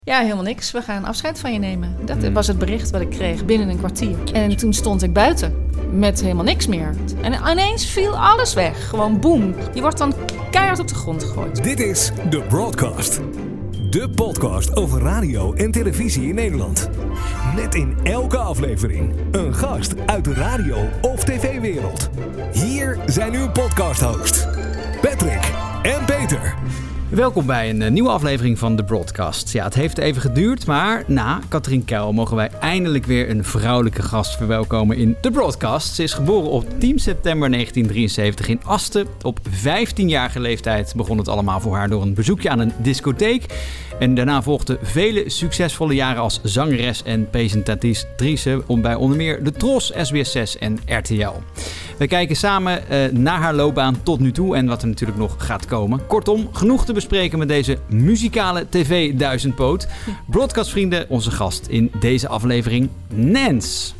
Ja, helemaal niks. We gaan afscheid van je nemen. Dat was het bericht wat ik kreeg binnen een kwartier. En toen stond ik buiten met helemaal niks meer. En ineens viel alles weg. Gewoon boem. Je wordt dan keihard op de grond gegooid. Dit is The Broadcast. De podcast over radio en televisie in Nederland. Met in elke aflevering een gast uit de radio- of tv-wereld. Hier zijn uw podcast-hosts, Patrick en Peter. Welkom bij een nieuwe aflevering van The Broadcast. Ja, het heeft even geduurd, maar na Katrien Keil mogen wij eindelijk weer een vrouwelijke gast verwelkomen in The Broadcast. Ze is geboren op 10 september 1973 in Asten. Op 15-jarige leeftijd begon het allemaal voor haar door een bezoekje aan een discotheek. En daarna volgden vele succesvolle jaren als zangeres en presentatrice bij onder meer de Tros, SBS6 en RTL. We kijken samen naar haar loopbaan tot nu toe en wat er natuurlijk nog gaat komen. Kortom, genoeg te bespreken met deze muzikale tv-duizendpoot. Broadcastvrienden, onze gast in deze aflevering, Nens.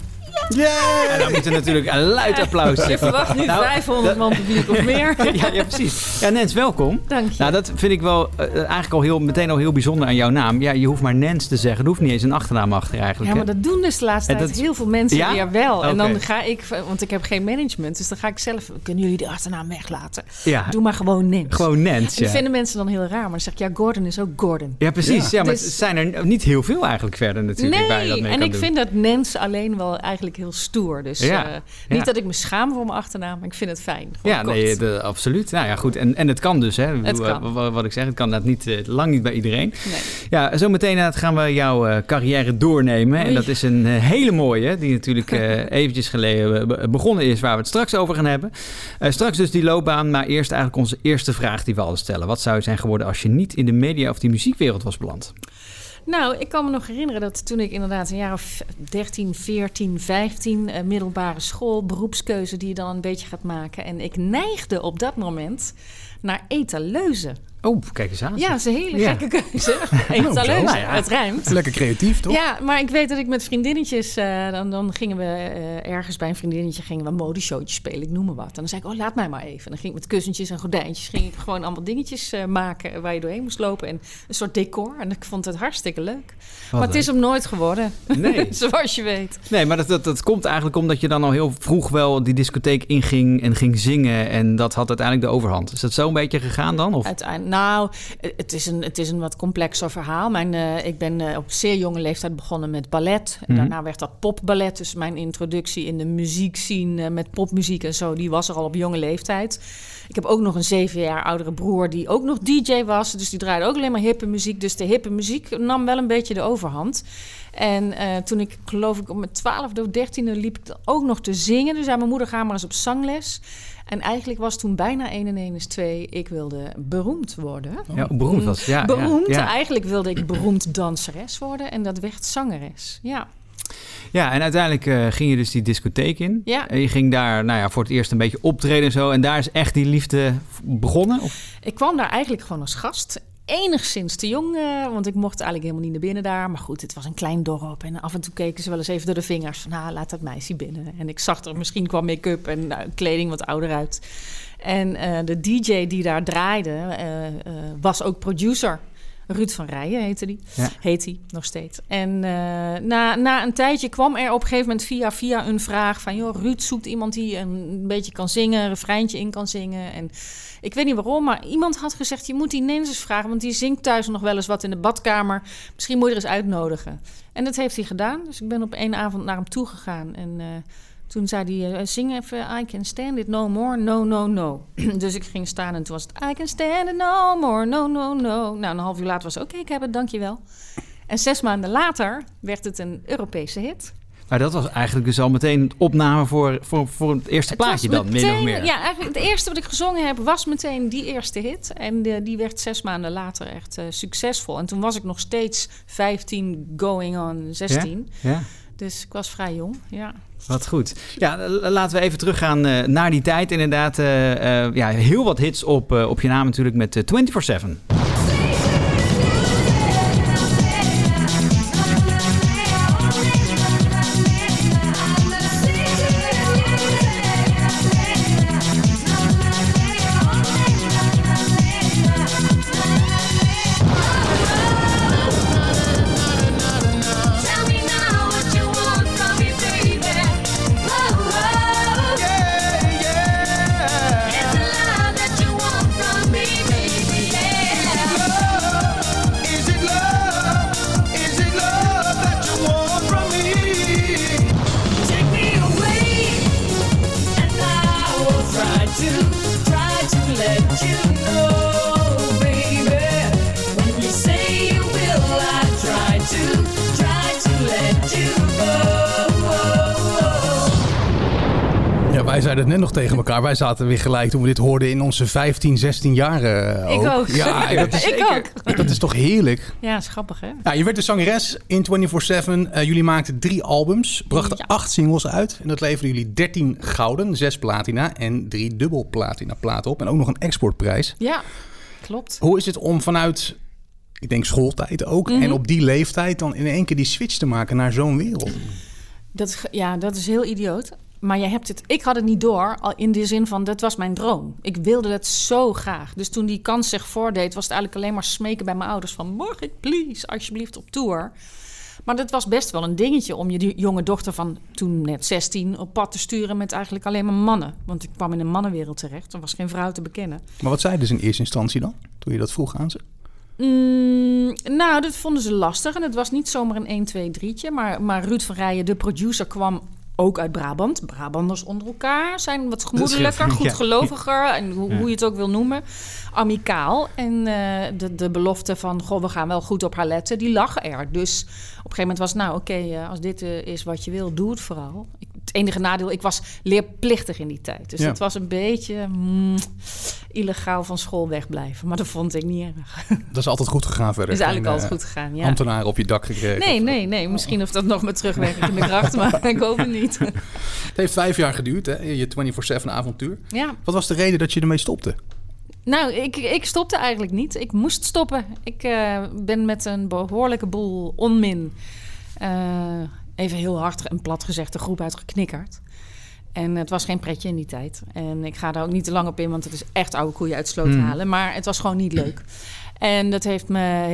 Yeah! En dan moet er natuurlijk een luid applaus. Je verwacht nu 500 man publiek of meer. Ja, precies. Ja, Nens, welkom. Dank je. Nou, dat vind ik wel eigenlijk al meteen heel bijzonder aan jouw naam. Ja, je hoeft maar Nens te zeggen. Er hoeft niet eens een achternaam achter eigenlijk. Ja, maar dat doen dus de laatste tijd heel veel mensen weer wel. Okay. En dan ga ik, want ik heb geen management, dus dan ga ik zelf, kunnen jullie de achternaam weglaten? Ja. Doe maar gewoon Nens. Gewoon Nens, En dat vinden mensen dan heel raar, maar dan zeg ik, ja, Gordon is ook Gordon. Ja, precies. Ja, maar dus, het zijn er niet heel veel eigenlijk verder natuurlijk waar je dat mee en kan ik doen. vind dat Nens alleen wel eigenlijk heel stoer. Dus niet dat ik me schaam voor mijn achternaam, maar ik vind het fijn. Ja, nee, absoluut. Nou ja, goed. En het kan dus, hè. Wat ik zeg, het kan dat niet, lang niet bij iedereen. Nee. Ja, zo meteen gaan we jouw carrière doornemen. En dat is een hele mooie, die natuurlijk eventjes geleden begonnen is, waar we het straks over gaan hebben. Straks dus die loopbaan, maar eerst eigenlijk onze eerste vraag die we altijd stellen. Wat zou je zijn geworden als je niet in de media of die muziekwereld was beland? Nou, ik kan me nog herinneren dat toen ik inderdaad een jaar of 13, 14, 15... middelbare school, beroepskeuze die je dan een beetje gaat maken. En ik neigde op dat moment naar etaleuze. Oh, kijk eens aan. Ja, dat is een hele gekke keuze. Etaleuze, het rijmt. Lekker creatief, toch? Ja, maar ik weet dat ik met vriendinnetjes... Dan gingen we ergens bij een vriendinnetje modeshowtjes spelen, ik noem maar wat. En dan zei ik, laat mij maar even. En dan ging ik met kussentjes en gordijntjes... ging ik gewoon allemaal dingetjes maken waar je doorheen moest lopen. En een soort decor. En ik vond het hartstikke leuk. Maar het is hem nooit geworden. Nee. Zoals je weet. Nee, maar dat komt eigenlijk omdat je dan al heel vroeg wel die discotheek inging en ging zingen. En dat had uiteindelijk de overhand. Is dat zo een beetje gegaan dan? Of? Uiteindelijk, nou, het is een wat complexer verhaal. Ik ben op zeer jonge leeftijd begonnen met ballet. Daarna werd dat popballet. Dus mijn introductie in de muziekscene met popmuziek en zo... die was er al op jonge leeftijd. Ik heb ook nog een 7 jaar oudere broer die ook nog DJ was. Dus die draaide ook alleen maar hippe muziek. Dus de hippe muziek nam wel een beetje de overhand. En toen ik, geloof ik, op mijn 12e of 13e liep ik ook nog te zingen. Dus zei mijn moeder, ga maar eens op zangles. En eigenlijk was toen bijna 1 en 1 is 2. Ik wilde beroemd worden. Ja, beroemd was het. Ja, beroemd. Ja. Eigenlijk wilde ik beroemd danseres worden. En dat werd zangeres. Ja. Ja, en uiteindelijk ging je dus die discotheek in. Ja. En je ging daar voor het eerst een beetje optreden en zo. En daar is echt die liefde begonnen? Of? Ik kwam daar eigenlijk gewoon als gast. Enigszins te jong, want ik mocht eigenlijk helemaal niet naar binnen daar. Maar goed, het was een klein dorp en af en toe keken ze wel eens even door de vingers van, laat dat meisje binnen. En ik zag er misschien qua make-up en kleding wat ouder uit. En de DJ die daar draaide was ook producer. Ruud van Rijen heette die. Ja. Heet hij nog steeds. En na een tijdje kwam er op een gegeven moment via een vraag van... joh, Ruud zoekt iemand die een beetje kan zingen, een refreintje in kan zingen. En ik weet niet waarom, maar iemand had gezegd... je moet die Nens eens vragen, want die zingt thuis nog wel eens wat in de badkamer. Misschien moet je er eens uitnodigen. En dat heeft hij gedaan. Dus ik ben op 1 avond naar hem toe gegaan en... toen zei hij, zing even I can stand it no more, no, no, no. Dus ik ging staan en toen was het I can stand it no more, no, no, no. Nou, een half uur later was het oké, ik heb het, dankjewel. En 6 maanden later werd het een Europese hit. Maar dat was eigenlijk dus al meteen een opname voor het eerste plaatje dan, min of meer. Ja, eigenlijk het eerste wat ik gezongen heb was meteen die eerste hit. En die werd 6 maanden later echt succesvol. En toen was ik nog steeds 15 going on 16. Ja. Dus ik was vrij jong, ja. Wat goed. Ja, laten we even teruggaan naar die tijd. Inderdaad, heel wat hits op je naam natuurlijk met 24/7. Wij zeiden het net nog tegen elkaar. Wij zaten weer gelijk toen we dit hoorden in onze 15, 16 jaren Ik ook. Ja, Ik ook. dat is toch heerlijk. Ja, is grappig, hè? Ja, je werd de zangeres in 24/7. Jullie maakten 3 albums, brachten 8 singles uit. En dat leverden jullie 13 gouden, 6 platina en 3 dubbel platina platen op. En ook nog een exportprijs. Ja, klopt. Hoe is het om vanuit, ik denk schooltijd ook, en op die leeftijd dan in één keer die switch te maken naar zo'n wereld? Dat is heel idioot. Maar ik had het niet door, al in de zin van, dat was mijn droom. Ik wilde het zo graag. Dus toen die kans zich voordeed, was het eigenlijk alleen maar smeken bij mijn ouders van, mag ik please, alsjeblieft op tour. Maar dat was best wel een dingetje om je jonge dochter van toen net 16 op pad te sturen met eigenlijk alleen maar mannen. Want ik kwam in een mannenwereld terecht. Er was geen vrouw te bekennen. Maar wat zeiden ze in eerste instantie dan, toen je dat vroeg aan ze? Nou, dat vonden ze lastig. En het was niet zomaar een 1, 2, 3'tje. Maar Ruud van Rijen, de producer, kwam ook uit Brabant. Brabanders onder elkaar zijn wat gemoedelijker, goedgeloviger. En hoe je het ook wil noemen. Amicaal. En de belofte van, goh, we gaan wel goed op haar letten, die lag er. Dus op een gegeven moment was het, oké, als dit is wat je wil, doe het vooral. Het enige nadeel, ik was leerplichtig in die tijd. Dus het was een beetje illegaal van school wegblijven. Maar dat vond ik niet erg. Dat is altijd goed gegaan verder. Dat is eigenlijk altijd goed gegaan, ja. Ambtenaren op je dak gekregen. Nee. Misschien of dat nog met terugwerkende kracht, maar ik hoop het niet. Het heeft 5 jaar geduurd, hè? Je 24/7 avontuur. Ja. Wat was de reden dat je ermee stopte? Nou, ik stopte eigenlijk niet. Ik moest stoppen. Ik ben met een behoorlijke boel onmin, even heel hard en plat gezegd, de groep uitgeknikkerd. En het was geen pretje in die tijd. En ik ga daar ook niet te lang op in, want het is echt oude koeien uit de sloot halen. Maar het was gewoon niet leuk. En dat heeft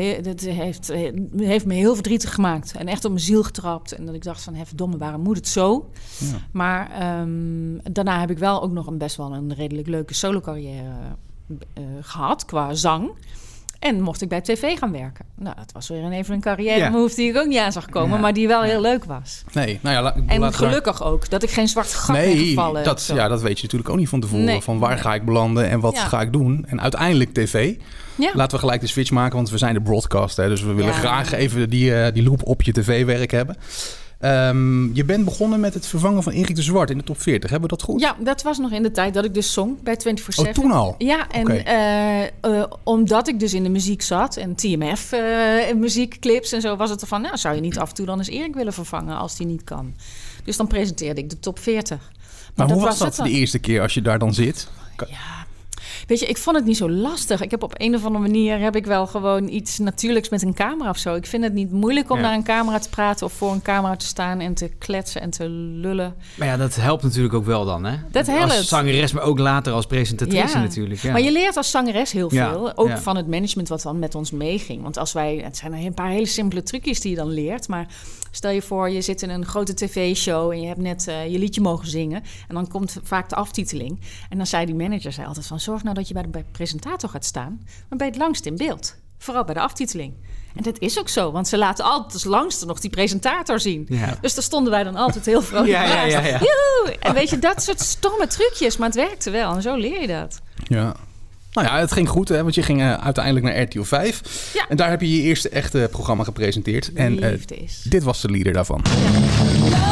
me heel verdrietig gemaakt. En echt op mijn ziel getrapt. En dat ik dacht van, verdomme, waarom moet het zo? Ja. Maar daarna heb ik wel ook nog best wel een redelijk leuke solo-carrière gehad qua zang. En mocht ik bij tv gaan werken. Nou, dat was weer even een carrière move die ik ook niet aan zag komen, maar die wel heel leuk was. Nee, en gelukkig ook, dat ik geen zwart gat ben gevallen. Dat weet je natuurlijk ook niet van tevoren. Nee. Van waar ga ik belanden en wat ga ik doen? En uiteindelijk tv. Ja. Laten we gelijk de switch maken, want we zijn de broadcast. Hè, dus we willen graag even die loop op je tv-werk hebben. Je bent begonnen met het vervangen van Erik de Zwart in de top 40. Hebben we dat goed? Ja, dat was nog in de tijd dat ik dus zong bij 24/7. Oh, toen al? Ja, en omdat ik dus in de muziek zat en TMF muziekclips en zo, was het ervan, zou je niet af en toe dan eens Erik willen vervangen als die niet kan? Dus dan presenteerde ik de top 40. Maar hoe was dat de eerste keer als je daar dan zit? Ja. Weet je, ik vond het niet zo lastig. Ik heb op een of andere manier wel gewoon iets natuurlijks met een camera of zo. Ik vind het niet moeilijk om naar een camera te praten of voor een camera te staan en te kletsen en te lullen. Maar ja, dat helpt natuurlijk ook wel dan, hè? Dat helpt. Als zangeres, maar ook later als presentatrice natuurlijk. Ja. Maar je leert als zangeres heel veel. Ook van het management wat dan met ons meeging. Want het zijn een paar hele simpele trucjes die je dan leert. Maar stel je voor, je zit in een grote tv-show en je hebt net je liedje mogen zingen. En dan komt vaak de aftiteling. En dan zei die manager altijd van, zorg nou dat je bij de presentator gaat staan, dan ben je het langst in beeld. Vooral bij de aftiteling. En dat is ook zo, want ze laten altijd als langste nog die presentator zien. Ja. Dus daar stonden wij dan altijd heel vrolijk naast. Ja. En weet je, dat soort stomme trucjes, maar het werkte wel. En zo leer je dat. Ja. Nou ja, het ging goed, hè, want je ging uiteindelijk naar RTL 5. Ja. En daar heb je je eerste echte programma gepresenteerd. En dit was de leader daarvan. Ja.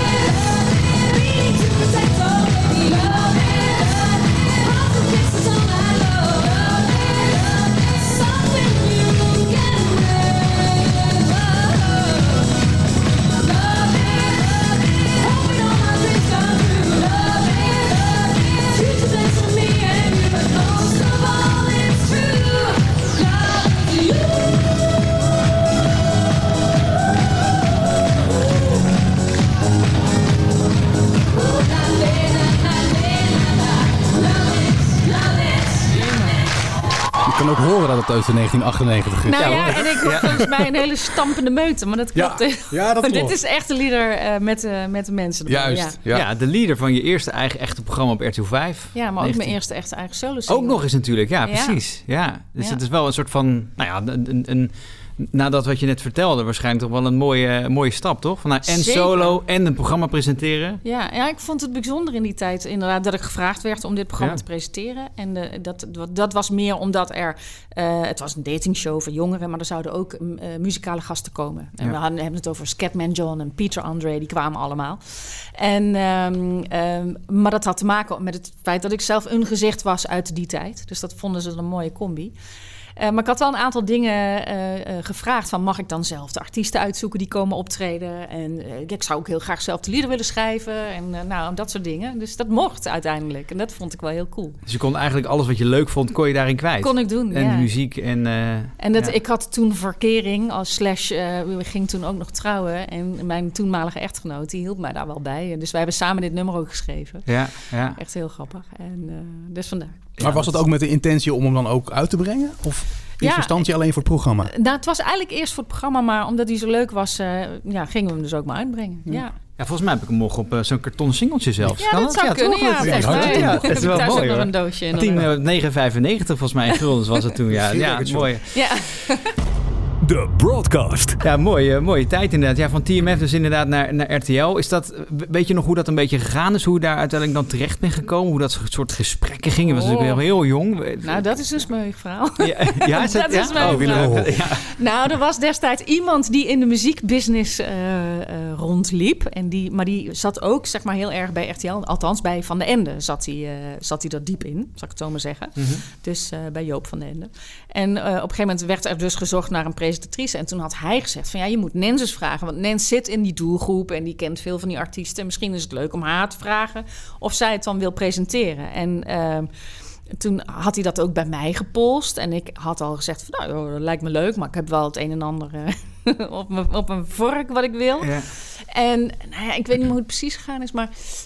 Ik kan ook horen dat het uit de 1998 is. Nou ja, en ik hoor volgens mij een hele stampende meute. Maar dat klopt. Ja, dat klopt. Dit is echt de leader met de mensen. Juist. Ja, de leader van je eerste eigen echte programma op RTL 5. Ja, maar ook mijn eerste echte eigen solo-single. Ook nog eens natuurlijk, ja, precies. Ja. Dus het is wel een soort van, nadat wat je net vertelde, waarschijnlijk toch wel een mooie stap, toch? Van, en solo en een programma presenteren. Ja, ik vond het bijzonder in die tijd inderdaad dat ik gevraagd werd om dit programma te presenteren. En dat was meer omdat het was een datingshow voor jongeren, maar er zouden ook muzikale gasten komen. En we hebben het over Scatman John en Peter Andre, die kwamen allemaal. Maar dat had te maken met het feit dat ik zelf een gezicht was uit die tijd. Dus dat vonden ze een mooie combi. Maar ik had wel een aantal dingen gevraagd. Van, mag ik dan zelf de artiesten uitzoeken die komen optreden? En ik zou ook heel graag zelf de lieder willen schrijven. En dat soort dingen. Dus dat mocht uiteindelijk. En dat vond ik wel heel cool. Dus je kon eigenlijk alles wat je leuk vond, kon je daarin kwijt? Kon ik doen, en de muziek en... Ik had toen verkering als we gingen toen ook nog trouwen. En mijn toenmalige echtgenoot, die hielp mij daar wel bij. Dus wij hebben samen dit nummer ook geschreven. Ja. Echt heel grappig. En dus vandaar. Maar was dat ook met de intentie om hem dan ook uit te brengen? Of in eerste instantie alleen voor het programma? Nou, het was eigenlijk eerst voor het programma, maar omdat hij zo leuk was, gingen we hem dus ook maar uitbrengen. Ja, volgens mij heb ik hem nog op zo'n kartonnen singeltje zelfs. Ja, dat zou kunnen. Dat is wel mooi, nog een doosje in. 9,95 volgens mij in guldens was het toen. Ja, mooi. Ja. De Broadcast. Ja, mooie tijd inderdaad. Ja, van TMF dus inderdaad naar RTL. Weet je nog hoe dat een beetje gegaan is? Hoe je daar uiteindelijk dan terecht bent gekomen? Hoe dat soort gesprekken gingen? Was natuurlijk heel jong. Nou, dat is een smeuig verhaal. Ja, is dat? Is Nou, er was destijds iemand die in de muziekbusiness rondliep. Maar die zat ook, zeg maar, heel erg bij RTL. Althans, bij Van den Ende zat hij er diep in, zal ik het zo maar zeggen. Mm-hmm. Dus bij Joop van den Ende. En op een gegeven moment werd er dus gezocht naar een presentatrice. En toen had hij gezegd van je moet Nens eens vragen. Want Nens zit in die doelgroep en die kent veel van die artiesten. Misschien is het leuk om haar te vragen of zij het dan wil presenteren. En toen had hij dat ook bij mij gepolst. En ik had al gezegd van dat lijkt me leuk. Maar ik heb wel het een en ander op mijn vork wat ik wil. Ja. En ik weet niet meer hoe het precies gegaan is. Maar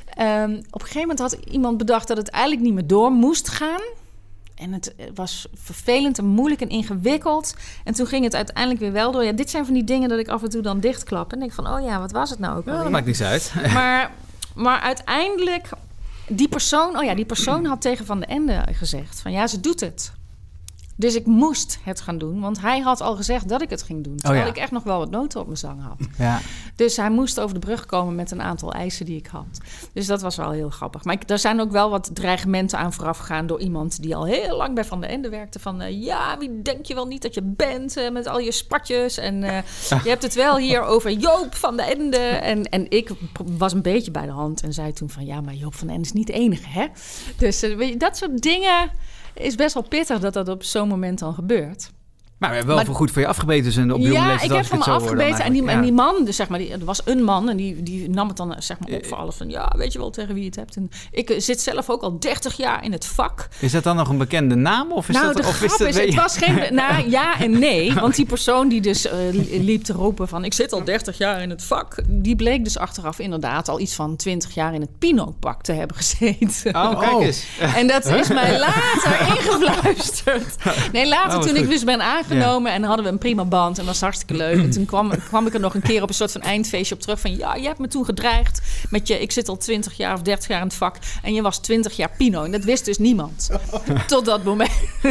op een gegeven moment had iemand bedacht dat het eigenlijk niet meer door moest gaan. En het was vervelend en moeilijk en ingewikkeld. En toen ging het uiteindelijk weer wel door. Ja, dit zijn van die dingen dat ik af en toe dan dichtklap. En denk van, wat was het nou ook alweer? Dat maakt niets uit. Maar uiteindelijk, die persoon had tegen Van den Ende gezegd van, ja, ze doet het. Dus ik moest het gaan doen, want hij had al gezegd dat ik het ging doen. Terwijl ik echt nog wel wat noten op mijn zang had. Ja. Dus hij moest over de brug komen met een aantal eisen die ik had. Dus dat was wel heel grappig. Maar er zijn ook wel wat dreigementen aan vooraf gegaan door iemand die al heel lang bij Van den Ende werkte. Van, wie denk je wel niet dat je bent met al je spatjes? En je hebt het wel hier over Joop van den Ende. En ik was een beetje bij de hand en zei toen van, ja, maar Joop van den Ende is niet de enige, hè? Dus dat soort dingen is best wel pittig dat op zo'n moment dan gebeurt. Maar we hebben wel goed voor je afgebeten dus op jonge leeftijd. Ja, ik heb van me afgebeten. En die man, dus zeg maar, er was een man en die nam het dan zeg maar op voor alles van, ja, weet je wel tegen wie je het hebt. En ik zit zelf ook al 30 jaar in het vak. Is dat dan nog een bekende naam? Of is dat, de grap is, het was geen... ja en nee. Want die persoon die dus liep te roepen van, ik zit al 30 jaar in het vak, die bleek dus achteraf inderdaad al iets van 20 jaar in het Pino-pak te hebben gezeten. Oh, kijk eens. En dat is mij later ingefluisterd. Nee, later toen ik dus ben aangenomen en hadden we een prima band en dat was hartstikke leuk. En toen kwam ik er nog een keer op een soort van eindfeestje op terug van, ja, je hebt me toen gedreigd met ik zit al 20 jaar of 30 jaar in het vak en je was 20 jaar Pino. En dat wist dus niemand. Tot dat moment.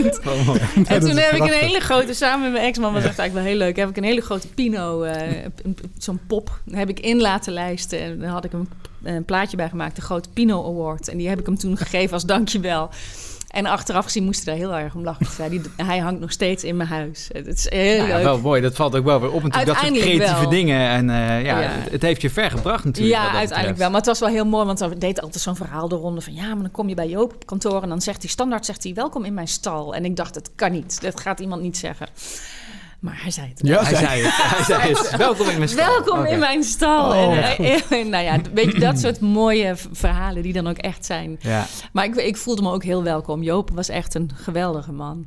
En toen heb ik een hele grote, samen met mijn ex-man, was echt eigenlijk wel heel leuk, heb ik een hele grote Pino, zo'n pop, heb ik in laten lijsten. En daar had ik een plaatje bij gemaakt, de grote Pino Award. En die heb ik hem toen gegeven als dankjewel. En achteraf gezien moest hij daar heel erg om lachen. Hij hangt nog steeds in mijn huis. Het is heel leuk. Wel mooi, dat valt ook wel weer op. Natuurlijk dat soort creatieve dingen. En het heeft je ver gebracht natuurlijk. Ja, uiteindelijk wel. Maar het was wel heel mooi, want er deed altijd zo'n verhaal de ronde van, ja, maar dan kom je bij Joop op kantoor en dan zegt hij standaard, welkom in mijn stal. En ik dacht, dat kan niet. Dat gaat iemand niet zeggen. Maar hij zei het. Ja, hij zei het. Welkom in mijn stal. Welkom in mijn stal. Weet je, dat soort mooie verhalen die dan ook echt zijn. Ja. Maar ik voelde me ook heel welkom. Joop was echt een geweldige man.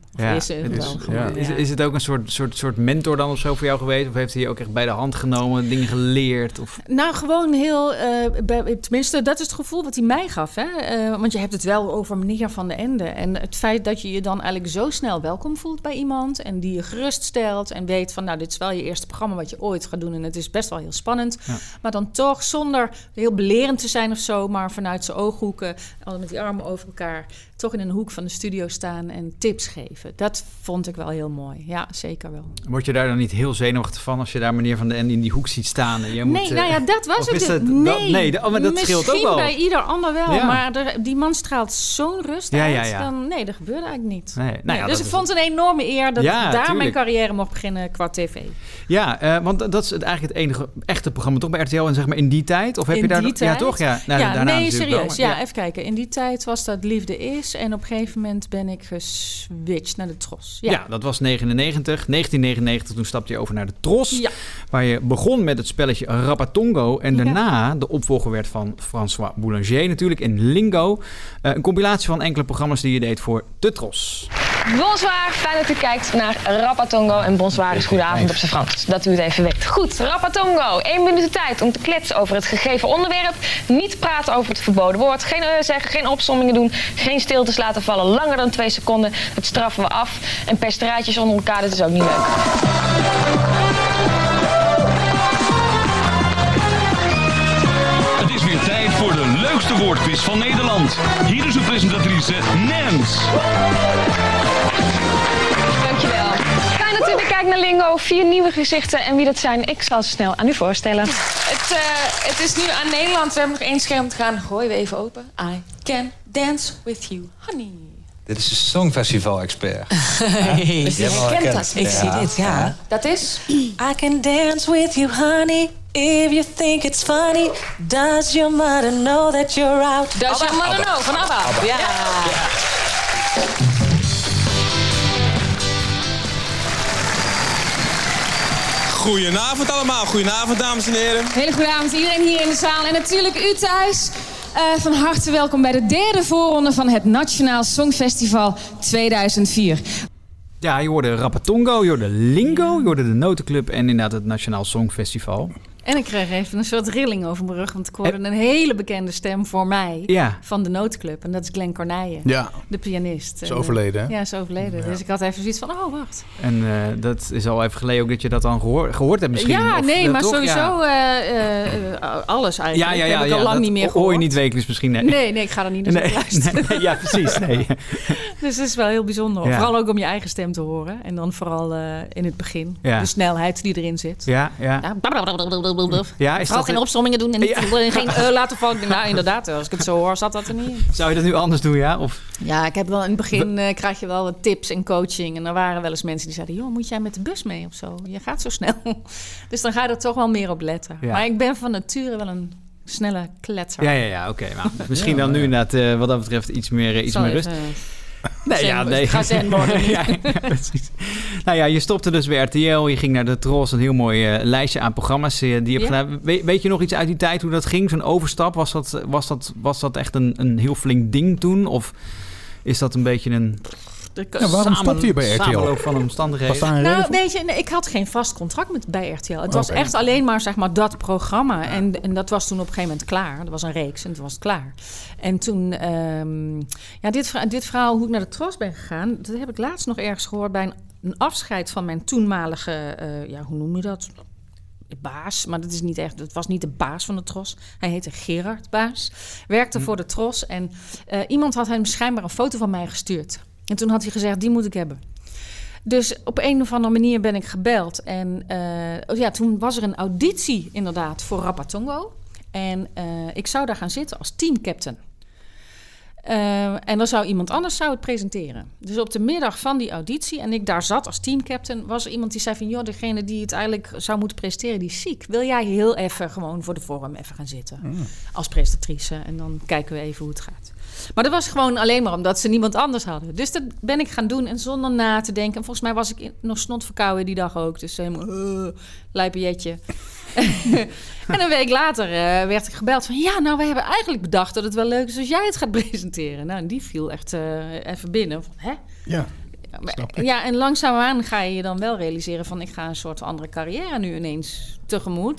Is het ook een soort mentor dan of zo voor jou geweest? Of heeft hij je ook echt bij de hand genomen, dingen geleerd? Of? Nou, gewoon heel... tenminste, dat is het gevoel wat hij mij gaf. Hè? Want je hebt het wel over meneer Van den Ende. En het feit dat je je dan eigenlijk zo snel welkom voelt bij iemand en die je geruststelt en weet van, dit is wel je eerste programma wat je ooit gaat doen en het is best wel heel spannend. Ja. Maar dan toch zonder heel belerend te zijn of zo, maar vanuit zijn ooghoeken, met die armen over elkaar, toch in een hoek van de studio staan en tips geven. Dat vond ik wel heel mooi. Ja, zeker wel. Word je daar dan niet heel zenuwachtig van als je daar meneer Van den Ende in die hoek ziet staan? En je moet, dat was het. Maar dat scheelt ook wel. Misschien bij ieder ander wel, maar die man straalt zo'n rust uit. Dat gebeurde eigenlijk niet. Dus ik vond het een enorme eer dat daar mijn carrière mocht beginnen qua tv. Ja, want dat is eigenlijk het enige echte programma toch bij RTL en zeg maar in die tijd? Of heb je daar nog? Ja, toch? Ja, serieus. Ja, even kijken. In die tijd was dat Liefde Is en op een gegeven moment ben ik geswitcht naar de Tros. Ja, dat was 1999. Toen stapte je over naar de Tros, waar je begon met het spelletje Rapatongo en daarna de opvolger werd van François Boulanger natuurlijk in Lingo. Een compilatie van enkele programma's die je deed voor de Tros. Bonsoir, fijn dat u kijkt naar Rapatongo. En bonsoir is goedenavond op z'n Frans, dat u het even weet. Goed, Rapatongo. 1 minuut de tijd om te kletsen over het gegeven onderwerp. Niet praten over het verboden woord. Geen zeggen, geen opsommingen doen. Geen stiltes laten vallen langer dan 2 seconden. Dat straffen we af. En pestraatjes onder elkaar, dat is ook niet leuk. Het is weer tijd voor de leukste woordquiz van Nederland. Hier is uw presentatrice Nens. Dankjewel. Fijn dat u weer kijkt naar Lingo. 4 nieuwe gezichten. En wie dat zijn, ik zal ze snel aan u voorstellen. Het is nu aan Nederland. We hebben nog 1 scherm te gaan. Gooien we even open. I can dance with you, honey. Dit is de Songfestival-expert. Dus je kent dat. Ik zie dit, ja. Dat is... I can dance with you, honey. If you think it's funny. Does your mother know that you're out? Does your mother know? Van ABBA. Ja. Goedenavond allemaal. Goedenavond, dames en heren. Hele goede avond iedereen hier in de zaal. En natuurlijk u thuis. Van harte welkom bij de 3e voorronde van het Nationaal Songfestival 2004. Ja, je hoorde Rapatongo, je hoorde Lingo, je hoorde de Notenclub en inderdaad het Nationaal Songfestival. En ik kreeg even een soort rilling over mijn rug, want ik hoorde een hele bekende stem voor mij van de Notenclub. En dat is Glenn Cornijen, de pianist. Is overleden, hè? Ja, is overleden. Ja. Dus ik had even zoiets van, oh, wacht. En dat is al even geleden ook dat je dat dan gehoord hebt misschien? Ja, nee, maar toch, sowieso alles eigenlijk. Ja, heb ik al lang niet meer gehoord. Hoor je niet wekelijks misschien? Nee, ik ga er niet naar luisteren. Nee, ja, precies. Nee. Dus het is wel heel bijzonder. Ja. Vooral ook om je eigen stem te horen. En dan vooral in het begin. Ja. De snelheid die erin zit. Ja. Ja, is vooral geen opsommingen doen en geen laten vallen. Nou, inderdaad, als ik het zo hoor, zat dat er niet in. Zou je dat nu anders doen, ja? Of? Ja, ik heb wel in het begin krijg je wel wat tips en coaching. En er waren wel eens mensen die zeiden, joh, moet jij met de bus mee of zo? Je gaat zo snel. Dus dan ga je er toch wel meer op letten. Ja. Maar ik ben van nature wel een snelle kletser. Ja, oké. Maar misschien dan nu inderdaad wat dat betreft iets meer rust. Ga zen worden. Ja, precies. Nou ja, je stopte dus bij RTL. Je ging naar de Tros. Een heel mooi lijstje aan programma's die je hebt gedaan. Weet je nog iets uit die tijd hoe dat ging? Zo'n overstap? Was dat echt een heel flink ding toen? Of is dat een beetje een... waarom stopte je bij RTL? Samenloop van omstandigheden. Nou, weet je, ik had geen vast contract bij RTL. Het was echt alleen maar, zeg maar, dat programma. Ja. En dat was toen op een gegeven moment klaar. Dat was een reeks en toen was het klaar. En toen, dit verhaal, hoe ik naar de Tros ben gegaan, dat heb ik laatst nog ergens gehoord bij een afscheid van mijn toenmalige, hoe noem je dat? Baas, maar dat is niet echt. Het was niet de baas van de Tros. Hij heette Gerard Baas. Werkte voor de Tros en iemand had hem schijnbaar een foto van mij gestuurd. En toen had hij gezegd, die moet ik hebben. Dus op een of andere manier ben ik gebeld. En toen was er een auditie inderdaad voor Rapatongo. En ik zou daar gaan zitten als teamcaptain. En dan zou iemand anders het presenteren. Dus op de middag van die auditie, en ik daar zat als teamcaptain, was er iemand die zei van, joh, degene die het eigenlijk zou moeten presenteren, die is ziek. Wil jij heel even gewoon voor de vorm even gaan zitten als presentatrice? En dan kijken we even hoe het gaat. Maar dat was gewoon alleen maar omdat ze niemand anders hadden. Dus dat ben ik gaan doen en zonder na te denken. En volgens mij was ik nog snotverkouden die dag ook. Dus helemaal lijpenjetje. En een week later werd ik gebeld van... ja, nou, we hebben eigenlijk bedacht dat het wel leuk is als jij het gaat presenteren. Nou, en die viel echt even binnen. Van, hè? Ja. Ja, en langzaamaan ga je dan wel realiseren van... ik ga een soort andere carrière nu ineens tegemoet.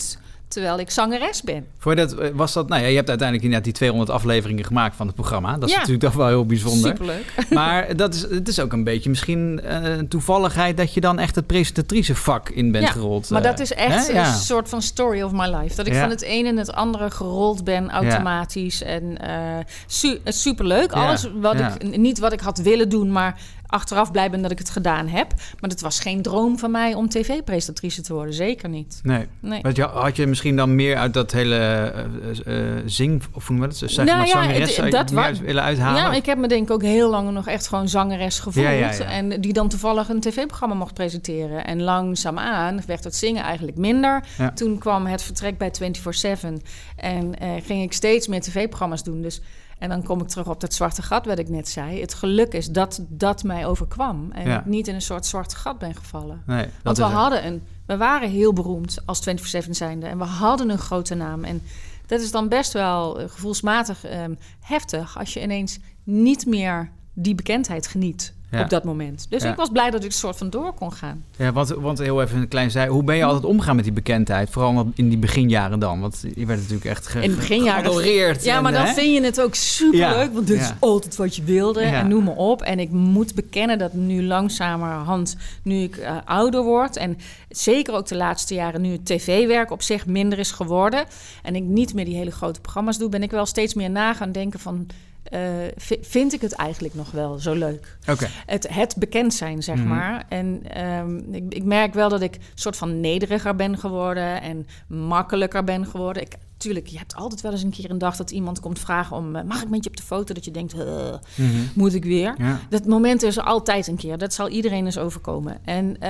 terwijl ik zangeres ben. Was dat, nou ja, je hebt uiteindelijk inderdaad die 200 afleveringen gemaakt van het programma. Dat is natuurlijk toch wel heel bijzonder. Superleuk. Maar het is ook een beetje misschien een toevalligheid dat je dan echt het presentatricevak in bent gerold. Maar dat is echt een soort van story of my life. Dat ik van het ene in het andere gerold ben automatisch. En superleuk. Alles wat ik had willen doen, maar achteraf blij ben dat ik het gedaan heb. Maar het was geen droom van mij om tv-presentatrice te worden. Zeker niet. Nee. Had je misschien dan meer uit dat hele zing... Of hoe noem je dat? Zangeres willen uithalen? Ja, ik heb me denk ik ook heel lang nog echt gewoon zangeres gevoeld. Ja. En die dan toevallig een tv-programma mocht presenteren. En langzaamaan werd het zingen eigenlijk minder. Ja. Toen kwam het vertrek bij 24/7. En ging ik steeds meer tv-programma's doen. Dus... En dan kom ik terug op dat zwarte gat wat ik net zei. Het geluk is dat mij overkwam. En ik niet in een soort zwart gat ben gevallen. Nee, want we waren heel beroemd als 24/7 zijnde. En we hadden een grote naam. En dat is dan best wel gevoelsmatig heftig... als je ineens niet meer die bekendheid geniet op dat moment. Dus ik was blij dat ik een soort van door kon gaan. Ja, want heel even een klein zij. Hoe ben je altijd omgegaan met die bekendheid? Vooral in die beginjaren dan. Want je werd natuurlijk echt in beginjaren geadoreerd. Ja, maar dan vind je het ook superleuk. Want dit is altijd wat je wilde. Ja. En noem maar op. En ik moet bekennen dat nu langzamerhand... nu ik ouder word... en zeker ook de laatste jaren... nu het tv-werk op zich minder is geworden... en ik niet meer die hele grote programma's doe... ben ik wel steeds meer na gaan denken van... vind ik het eigenlijk nog wel zo leuk. Okay. Het bekend zijn, zeg maar. En ik merk wel dat ik een soort van nederiger ben geworden... en makkelijker ben geworden. Tuurlijk, je hebt altijd wel eens een keer een dag... dat iemand komt vragen om... mag ik met je op de foto? Dat je denkt, moet ik weer? Ja. Dat moment is er altijd een keer. Dat zal iedereen eens overkomen.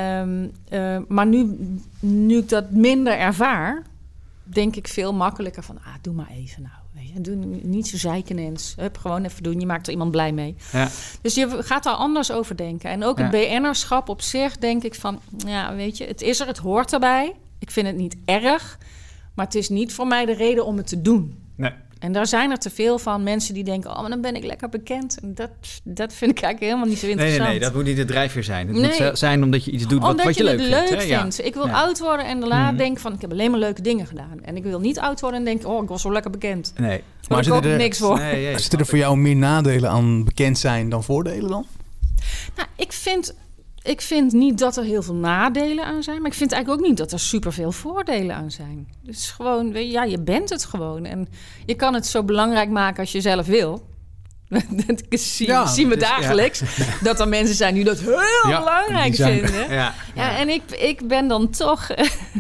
Maar nu ik dat minder ervaar... denk ik veel makkelijker van... doe maar even nou. Doe niet zo zeikenens. Gewoon even doen. Je maakt er iemand blij mee. Ja. Dus je gaat daar anders over denken. En ook het BN'erschap op zich denk ik van... ja, weet je, het is er, het hoort erbij. Ik vind het niet erg. Maar het is niet voor mij de reden om het te doen. Nee. En daar zijn er te veel van mensen die denken... maar dan ben ik lekker bekend. En dat vind ik eigenlijk helemaal niet zo interessant. Nee, dat moet niet de drijfveer zijn. Het moet zijn omdat je iets doet wat je leuk vindt. Omdat je het leuk vindt. Ik wil oud worden en daarna denken van... ik heb alleen maar leuke dingen gedaan. En ik wil niet oud worden en denken... ik was zo lekker bekend. Nee. Maar zitten er niks voor. Zitten er voor jou meer nadelen aan bekend zijn dan voordelen dan? Nou, ik vind niet dat er heel veel nadelen aan zijn. Maar ik vind eigenlijk ook niet dat er superveel voordelen aan zijn. Dus gewoon, je bent het gewoon. En je kan het zo belangrijk maken als je zelf wil. Dat zien we dagelijks. Ja. Dat er mensen zijn die dat heel belangrijk vinden. Ja, en ik ben dan toch...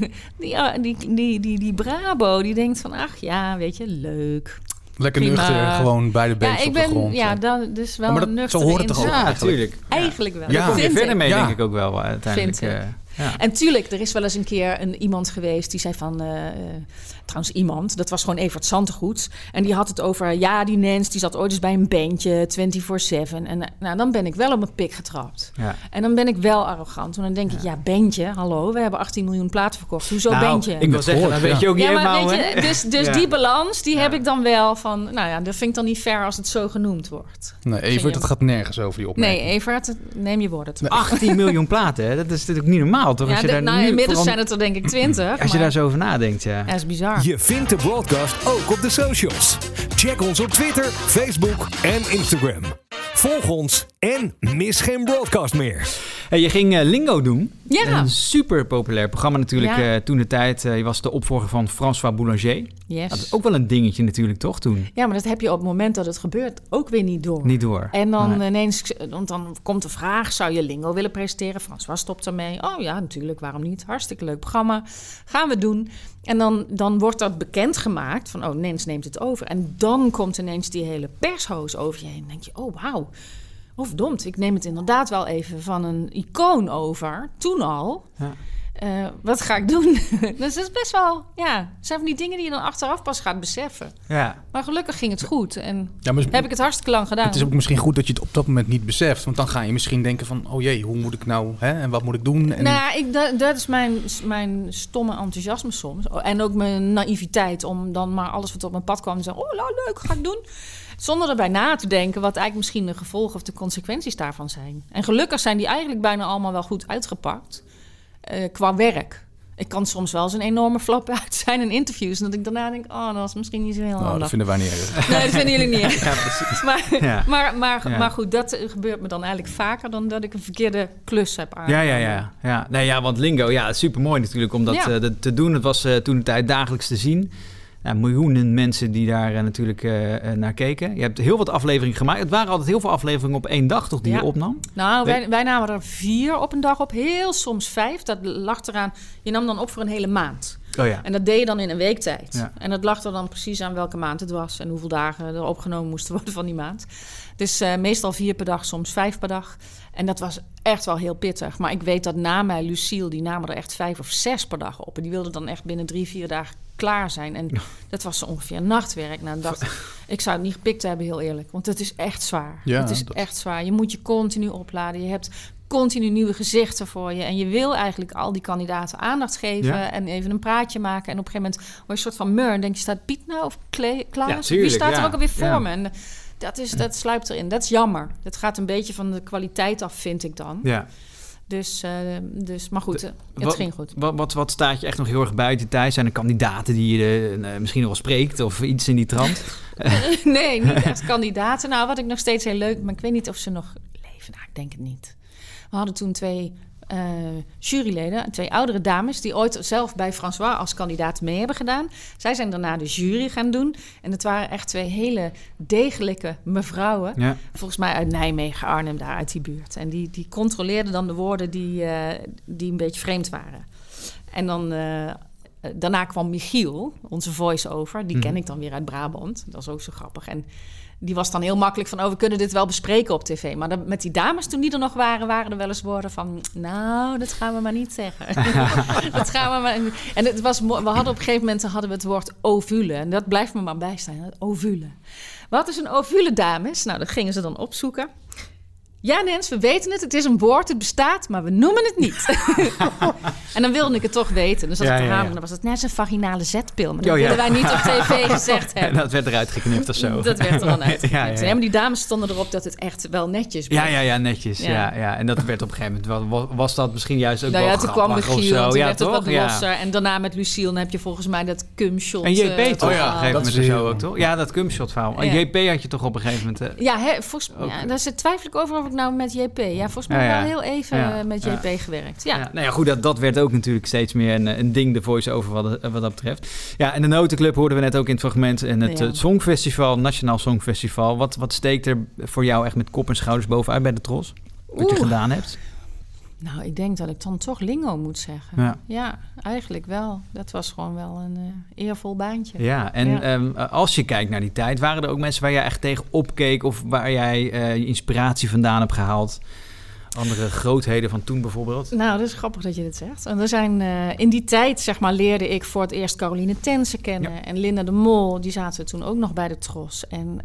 die Brabo, die denkt van... ach ja, weet je, leuk... Lekker nuchter, gewoon bij de beestjes op de grond. Ja, dat is wel een nuchter. Zo hoort het toch ook natuurlijk. Eigenlijk wel. Daar kom je verder mee, denk ik ook wel uiteindelijk. En tuurlijk, er is wel eens een keer iemand geweest die zei van... trouwens iemand, dat was gewoon Evert Santegoeds. En die had het over, die Nens, die zat ooit eens bij een bandje, 24/7. En dan ben ik wel op mijn pik getrapt. Ja. En dan ben ik wel arrogant. Want dan denk ik, bandje, hallo, we hebben 18 miljoen platen verkocht. Hoezo bandje? Ik wil zeggen, dat weet je ook niet helemaal. Dus die balans, die heb ik dan wel van... dat vind ik dan niet fair als het zo genoemd wordt. Nee, Evert, het gaat nergens over die opmerking. Nee, Evert, neem je woorden terug. 18 miljoen platen, hè? Dat is natuurlijk niet normaal, toch? Inmiddels zijn het er denk ik 20. Als je daar zo over nadenkt, dat is bizar. Je vindt de broadcast ook op de socials. Check ons op Twitter, Facebook en Instagram. Volg ons en mis geen broadcast meer. Hey, je ging Lingo doen. Ja. Een super populair programma natuurlijk toen de tijd. Je was de opvolger van François Boulanger. Yes. Dat is ook wel een dingetje natuurlijk, toch, toen? Ja, maar dat heb je op het moment dat het gebeurt ook weer niet door. Niet door. En dan ineens, want dan komt de vraag, zou je Lingo willen presenteren? François stopt ermee. Oh ja, natuurlijk, waarom niet? Hartstikke leuk programma. Gaan we doen. En dan wordt dat bekendgemaakt van, Nens neemt het over. En dan komt ineens die hele pershoos over je heen. Dan denk je, oh wauw. Oh verdomd, ik neem het inderdaad wel even van een icoon over. Toen al. Ja. Wat ga ik doen? Dus dat is best wel... het zijn van die dingen die je dan achteraf pas gaat beseffen. Ja. Maar gelukkig ging het goed. En heb ik het hartstikke lang gedaan. Het is ook misschien goed dat je het op dat moment niet beseft. Want dan ga je misschien denken van... oh jee, hoe moet ik nou... en wat moet ik doen? En... dat is mijn stomme enthousiasme soms. En ook mijn naïviteit om dan maar alles wat op mijn pad kwam... te zeggen, leuk, ga ik doen. Zonder erbij na te denken wat eigenlijk misschien de gevolgen of de consequenties daarvan zijn. En gelukkig zijn die eigenlijk bijna allemaal wel goed uitgepakt qua werk. Ik kan soms wel eens een enorme flop uit zijn in interviews. En dat ik daarna denk, dat was misschien niet zo heel handig. Dat vinden wij niet erg. Nee, dat vinden jullie niet erg. Ja, precies. Maar goed, dat gebeurt me dan eigenlijk vaker dan dat ik een verkeerde klus heb aangenomen. Ja. Nee, want Lingo, supermooi natuurlijk om dat te doen. Het was toen de tijd dagelijks te zien. Miljoenen mensen die daar natuurlijk naar keken. Je hebt heel wat afleveringen gemaakt. Het waren altijd heel veel afleveringen op 1 dag, toch, die je opnam? Nou, wij namen er 4 op een dag op. Heel soms 5. Dat lag eraan. Je nam dan op voor een hele maand. Oh ja. En dat deed je dan in een week tijd. Ja. En dat lag er dan precies aan welke maand het was... en hoeveel dagen er opgenomen moesten worden van die maand. Dus meestal 4 per dag, soms 5 per dag. En dat was echt wel heel pittig. Maar ik weet dat na mij, Lucille, die namen er echt 5 of 6 per dag op. En die wilde dan echt binnen 3-4 dagen klaar zijn. En dat was ongeveer nachtwerk. Nou, dacht ik zou het niet gepikt hebben, heel eerlijk. Want het is echt zwaar. Ja, het is echt zwaar. Je moet je continu opladen. Je hebt continu nieuwe gezichten voor je. En je wil eigenlijk al die kandidaten aandacht geven... en even een praatje maken. En op een gegeven moment word je een soort van mur. En denk je, staat Piet nou of Klaas? Wie staat er ook alweer voor me? En dat sluipt erin. Dat is jammer. Dat gaat een beetje van de kwaliteit af, vind ik dan. Ja. Dus maar goed, het ging goed. Wat staat je echt nog heel erg buiten thuis? Zijn er kandidaten die je misschien nog wel spreekt of iets in die trant? Nee, niet echt kandidaten. Nou, wat ik nog steeds heel leuk... maar ik weet niet of ze nog leven. Nou, ik denk het niet. We hadden toen 2 juryleden, 2 oudere dames... die ooit zelf bij François als kandidaat mee hebben gedaan. Zij zijn daarna de jury gaan doen. En het waren echt 2 hele degelijke mevrouwen. Ja. Volgens mij uit Nijmegen, Arnhem, daar uit die buurt. En die controleerden dan de woorden die een beetje vreemd waren. En dan... daarna kwam Michiel, onze voice-over. Die ken ik dan weer uit Brabant. Dat is ook zo grappig. En die was dan heel makkelijk van... we kunnen dit wel bespreken op tv. Maar met die dames, toen die er nog waren er wel eens woorden van... nou, dat gaan we maar niet zeggen. Dat gaan we maar... En het was, we hadden op een gegeven moment het woord ovule. En dat blijft me maar bijstaan. Ovule. Wat is een ovule, dames? Nou, dat gingen ze dan opzoeken. Ja, Nens, we weten het. Het is een woord, het bestaat, maar we noemen het niet. En dan wilde ik het toch weten. Dus als ik dan was het net een vaginale zetpil. Maar dat wilden wij niet op tv gezegd hebben. En dat werd eruit geknipt of zo. Dat werd er dan uitgeknipt. Nee, maar die dames stonden erop dat het echt wel netjes was. Ja, netjes. Ja. En dat werd op een gegeven moment... Was dat misschien juist ook wel toen kwam Michiel, toen werd het wat losser. En daarna met Lucille, dan heb je volgens mij dat cumshot. En JP toch? Op een gegeven moment zo ook, toch? Ja, dat cumshot verhaal. En JP had je toch op een gegeven moment... volgens mij... Daar twijfel ik over of ik nou met JP... Ja, volgens mij wel heel even met JP gewerkt. Ja. Nou ja, goed, dat werd ook natuurlijk steeds meer een ding, de voice-over wat dat betreft. Ja, en de Notenclub hoorden we net ook in het fragment. En het Songfestival, Nationaal Songfestival. Wat steekt er voor jou echt met kop en schouders bovenuit bij de Tros? Wat je gedaan hebt? Nou, ik denk dat ik dan toch Lingo moet zeggen. Ja, eigenlijk wel. Dat was gewoon wel een eervol baantje. Ja, en als je kijkt naar die tijd... waren er ook mensen waar jij echt tegen opkeek... of waar jij je inspiratie vandaan hebt gehaald? Andere grootheden van toen bijvoorbeeld? Nou, dat is grappig dat je dit zegt. En er zijn, in die tijd, zeg maar, leerde ik voor het eerst Caroline Tense kennen. Ja. En Linda de Mol, die zaten toen ook nog bij de Tros. En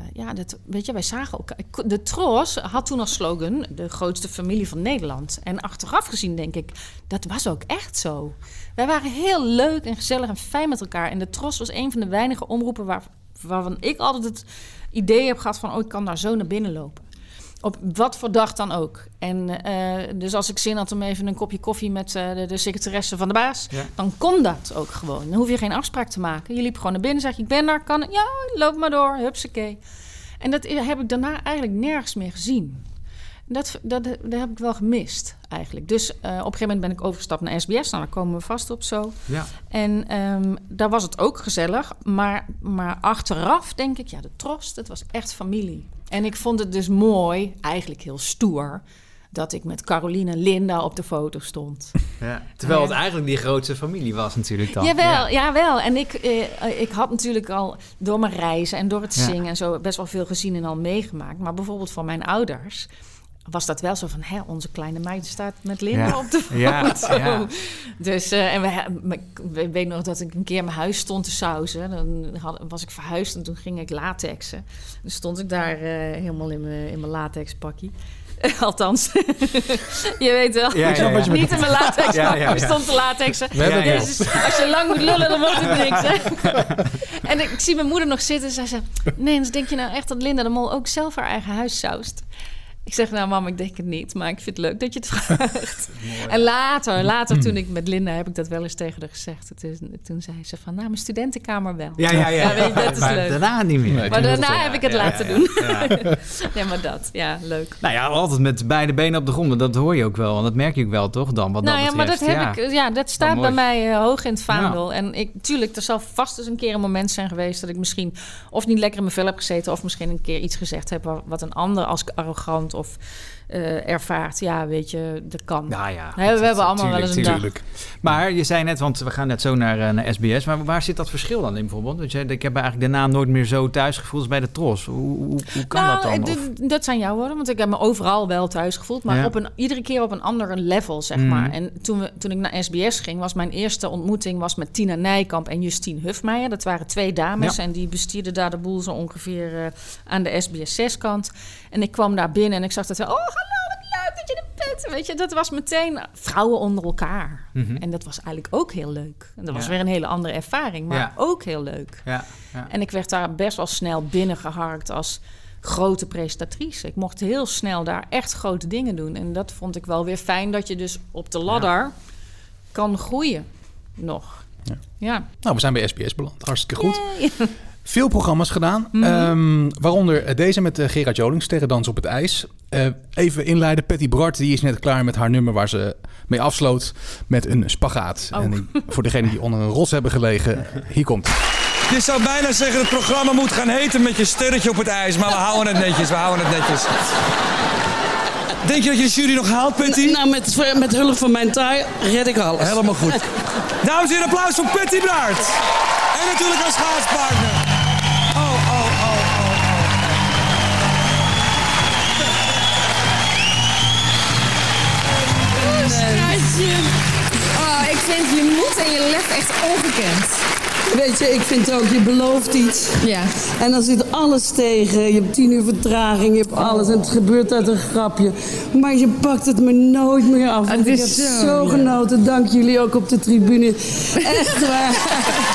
weet je, wij zagen elkaar. De Tros had toen als slogan de grootste familie van Nederland. En achteraf gezien denk ik, dat was ook echt zo. Wij waren heel leuk en gezellig en fijn met elkaar. En de Tros was een van de weinige omroepen waarvan ik altijd het idee heb gehad van... ik kan daar zo naar binnen lopen. Op wat voor dag dan ook. En dus als ik zin had om even een kopje koffie met de secretaresse van de baas... dan kon dat ook gewoon. Dan hoef je geen afspraak te maken. Je liep gewoon naar binnen, zeg je, ik ben daar, kan... Ja, loop maar door, hupsakee. En dat heb ik daarna eigenlijk nergens meer gezien. Dat heb ik wel gemist, eigenlijk. Dus op een gegeven moment ben ik overgestapt naar SBS. Nou, daar komen we vast op zo. Ja. En daar was het ook gezellig. Maar achteraf denk ik, de Tros, dat was echt familie. En ik vond het dus mooi, eigenlijk heel stoer... dat ik met Caroline en Linda op de foto stond. Ja, terwijl het eigenlijk die grootste familie was natuurlijk dan. Jawel. En ik had natuurlijk al door mijn reizen en door het zingen... en zo best wel veel gezien en al meegemaakt. Maar bijvoorbeeld van mijn ouders... was dat wel zo van, onze kleine meid staat met Linda op de foto. Ja. Dus, ik weet nog dat ik een keer mijn huis stond te sausen. Dan was ik verhuisd en toen ging ik latexen. Dan stond ik daar helemaal in mijn latexpakkie. Althans, je weet wel. Niet in mijn latex, maar stond te latexen. Dus als je lang moet lullen, dan wordt het niks. Hè? En ik zie mijn moeder nog zitten en zij zei... Nee, dus denk je nou echt dat Linda de Mol ook zelf haar eigen huis saust? Ik zeg, nou mama, ik denk het niet, maar ik vind het leuk dat je het vraagt. En later toen ik met Linda, heb ik dat wel eens tegen haar gezegd. Toen zei ze van, mijn studentenkamer wel. Ja. Weet je, dat is maar leuk. Daarna niet meer. Maar daarna heb ik het laten doen. Ja, maar dat, leuk. Nou ja, altijd met beide benen op de grond. Dat hoor je ook wel. En dat merk je ook wel, toch? Dan, wat dat betreft. Maar dat heb ik. Dat staat bij mij hoog in het vaandel. Ja. En tuurlijk, er zal vast eens een keer een moment zijn geweest dat ik misschien of niet lekker in mijn vel heb gezeten, of misschien een keer iets gezegd heb wat een ander als arrogant of ervaart. Ja, weet je, dat kan. Ja, we hebben allemaal wel eens een dag. Maar je zei net, want we gaan net zo naar SBS. Maar waar zit dat verschil dan in bijvoorbeeld? Want ik heb eigenlijk daarna nooit meer zo thuis gevoeld als bij de Tros. Hoe kan dat dan? Dat zijn jouw woorden, want ik heb me overal wel thuis gevoeld. Maar iedere keer op een ander level, zeg maar. En toen ik naar SBS ging, was mijn eerste ontmoeting met Tina Nijkamp en Justine Hufmeijer. Dat waren 2 dames en die bestierden daar de boel zo ongeveer aan de SBS 6-kant. En ik kwam daar binnen en ik zag dat hallo, wat leuk dat je er bent. Weet je, dat was meteen vrouwen onder elkaar. Mm-hmm. En dat was eigenlijk ook heel leuk. En dat was weer een hele andere ervaring, maar ook heel leuk. Ja. En ik werd daar best wel snel binnengeharkt als grote presentatrice. Ik mocht heel snel daar echt grote dingen doen. En dat vond ik wel weer fijn, dat je dus op de ladder kan groeien nog. Ja. Nou, we zijn bij SBS beland. Hartstikke goed. Veel programma's gedaan, waaronder deze met Gerard Jolings, Tegen Dansen op het IJs. Even inleiden, Patty Bart, die is net klaar met haar nummer waar ze mee afsloot met een spagaat. Oh. En voor degenen die onder een rots hebben gelegen, hier komt het. Je zou bijna zeggen, het programma moet gaan heten met je sterretje op het ijs, maar we houden het netjes, Denk je dat je de jury nog haalt, Patty? Nou, met hulp van mijn taai red ik alles. Helemaal goed. Dames en heren, applaus voor Patty Bart. En natuurlijk als schaatspartner. Ik vind je moed en je lef echt ongekend. Weet je, ik vind ook, je belooft iets. Ja. En dan zit alles tegen. Je hebt 10 uur vertraging, je hebt alles. En het gebeurt uit een grapje. Maar je pakt het me nooit meer af. Want ik heb zo genoten. Dank jullie ook op de tribune. Echt waar.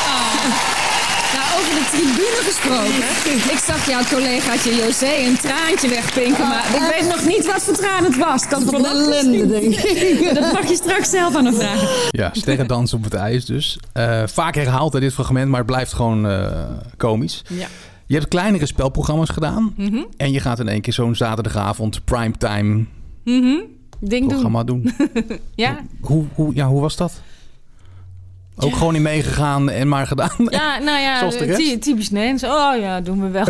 Over de tribune gesproken. Ik zag jouw collegaatje José een traantje wegpinken. Maar ik weet nog niet wat voor traan het was. Kan van ellende, denk ik. Dat mag je straks zelf aan hem vragen. Ja, Sterren dansen op het ijs dus. Vaak herhaald in dit fragment, maar het blijft gewoon komisch. Ja. Je hebt kleinere spelprogramma's gedaan. Mm-hmm. En je gaat in één keer zo'n zaterdagavond primetime programma doen. Ja. Hoe was dat? Ook gewoon niet meegegaan en maar gedaan. Ja, nou ja, typisch Nens. Oh ja, doen we wel.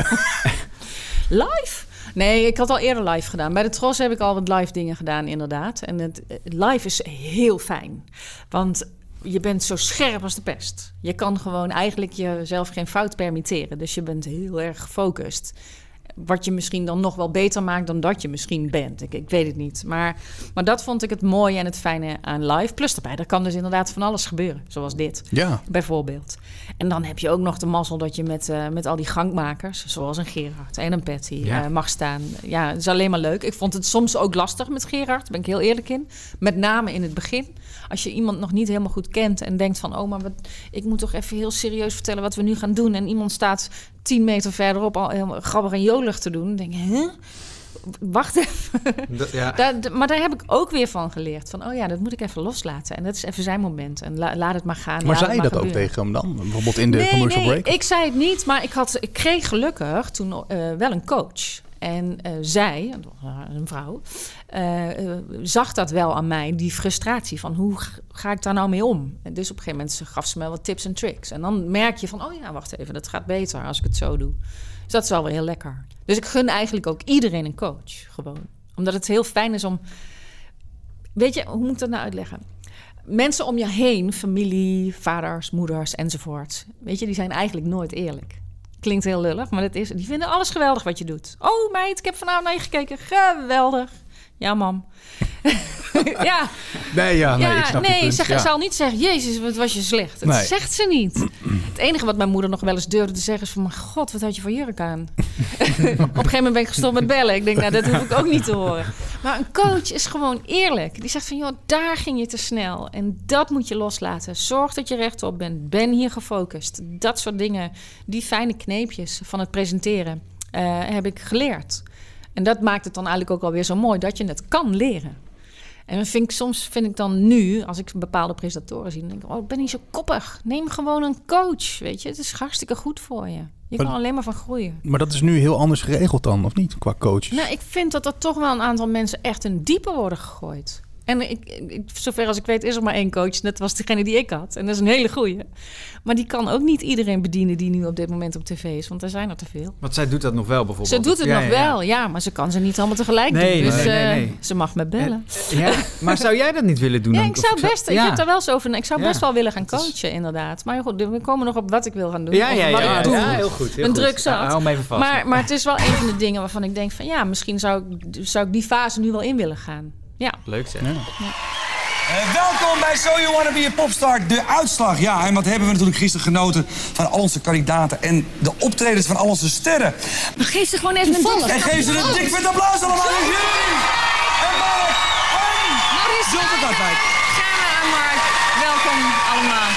Live? Nee, ik had al eerder live gedaan. Bij de Tros heb ik al wat live dingen gedaan, inderdaad. En het live is heel fijn. Want je bent zo scherp als de pest. Je kan gewoon eigenlijk jezelf geen fout permitteren. Dus je bent heel erg gefocust. Wat je misschien dan nog wel beter maakt dan dat je misschien bent. Ik weet het niet. Maar dat vond ik het mooie en het fijne aan live. Plus daarbij, er kan dus inderdaad van alles gebeuren. Zoals dit, bijvoorbeeld. En dan heb je ook nog de mazzel dat je met al die gangmakers, zoals een Gerard en een Patty, mag staan. Ja, het is alleen maar leuk. Ik vond het soms ook lastig met Gerard, daar ben ik heel eerlijk in. Met name in het begin. Als je iemand nog niet helemaal goed kent en denkt van, maar ik moet toch even heel serieus vertellen wat we nu gaan doen. En iemand staat 10 meter verderop al helemaal grappig en jolig te doen. Dan denk je, wacht even. Maar daar heb ik ook weer van geleerd. Van, dat moet ik even loslaten. En dat is even zijn moment. En laat het maar gaan. Maar zei je dat ook tegen hem dan? Bijvoorbeeld in de commercial break? Nee, ik zei het niet. Maar ik kreeg gelukkig toen wel een coach. En zij, een vrouw, zag dat wel aan mij, die frustratie van hoe ga ik daar nou mee om? En dus op een gegeven moment gaf ze me wat tips en tricks. En dan merk je van, wacht even, dat gaat beter als ik het zo doe. Dus dat is wel weer heel lekker. Dus ik gun eigenlijk ook iedereen een coach, gewoon. Omdat het heel fijn is om... Weet je, hoe moet ik dat nou uitleggen? Mensen om je heen, familie, vaders, moeders enzovoort. Weet je, die zijn eigenlijk nooit eerlijk. Klinkt heel lullig, maar die vinden alles geweldig wat je doet. Oh meid, ik heb vanavond naar je gekeken. Geweldig. Ja, mam. Ja. Nee, ik snap je punt. Ze zal niet zeggen, Jezus, wat was je slecht. Dat zegt ze niet. Het enige wat mijn moeder nog wel eens durfde te zeggen is van, mijn god, wat had je voor jurk aan? Op een gegeven moment ben ik gestopt met bellen. Ik denk, dat hoef ik ook niet te horen. Maar een coach is gewoon eerlijk. Die zegt van, joh, daar ging je te snel. En dat moet je loslaten. Zorg dat je rechtop bent. Ben hier gefocust. Dat soort dingen, die fijne kneepjes van het presenteren, heb ik geleerd. En dat maakt het dan eigenlijk ook alweer zo mooi dat je het kan leren. En soms vind ik dan nu, als ik bepaalde presentatoren zie, dan denk ik, ik ben niet zo koppig. Neem gewoon een coach, weet je. Het is hartstikke goed voor je. Je kan alleen maar van groeien. Maar dat is nu heel anders geregeld dan, of niet, qua coaches? Nou, ik vind dat er toch wel een aantal mensen echt in diepe worden gegooid. En zover als ik weet is er maar 1 coach. Dat was degene die ik had. En dat is een hele goeie. Maar die kan ook niet iedereen bedienen die nu op dit moment op tv is. Want er zijn er te veel. Want zij doet dat nog wel bijvoorbeeld? Ze doet het nog wel, ja. Maar ze kan ze niet allemaal tegelijk doen. Dus ze mag me bellen. Maar zou jij dat niet willen doen? Ja, ik zou best. Ik heb daar wel zo over. Ik zou best wel willen gaan coachen, inderdaad. Maar goed, we komen nog op wat ik wil gaan doen. Ja, heel goed. Een druk zat. Hou me even vast. Maar het is wel een van de dingen waarvan ik denk van... misschien zou ik die fase nu wel in willen gaan. Ja. Leuk zeg. Welkom bij So You Wanna Be a Popstar, de uitslag. Ja, en wat hebben we natuurlijk gisteren genoten van al onze kandidaten... en de optredens van al onze sterren. Geef ze gewoon even een dik En geef ze een dik vet applaus allemaal aan jullie. En Mark en Zulke Katwijk. Gaan we aan Mark. Welkom allemaal.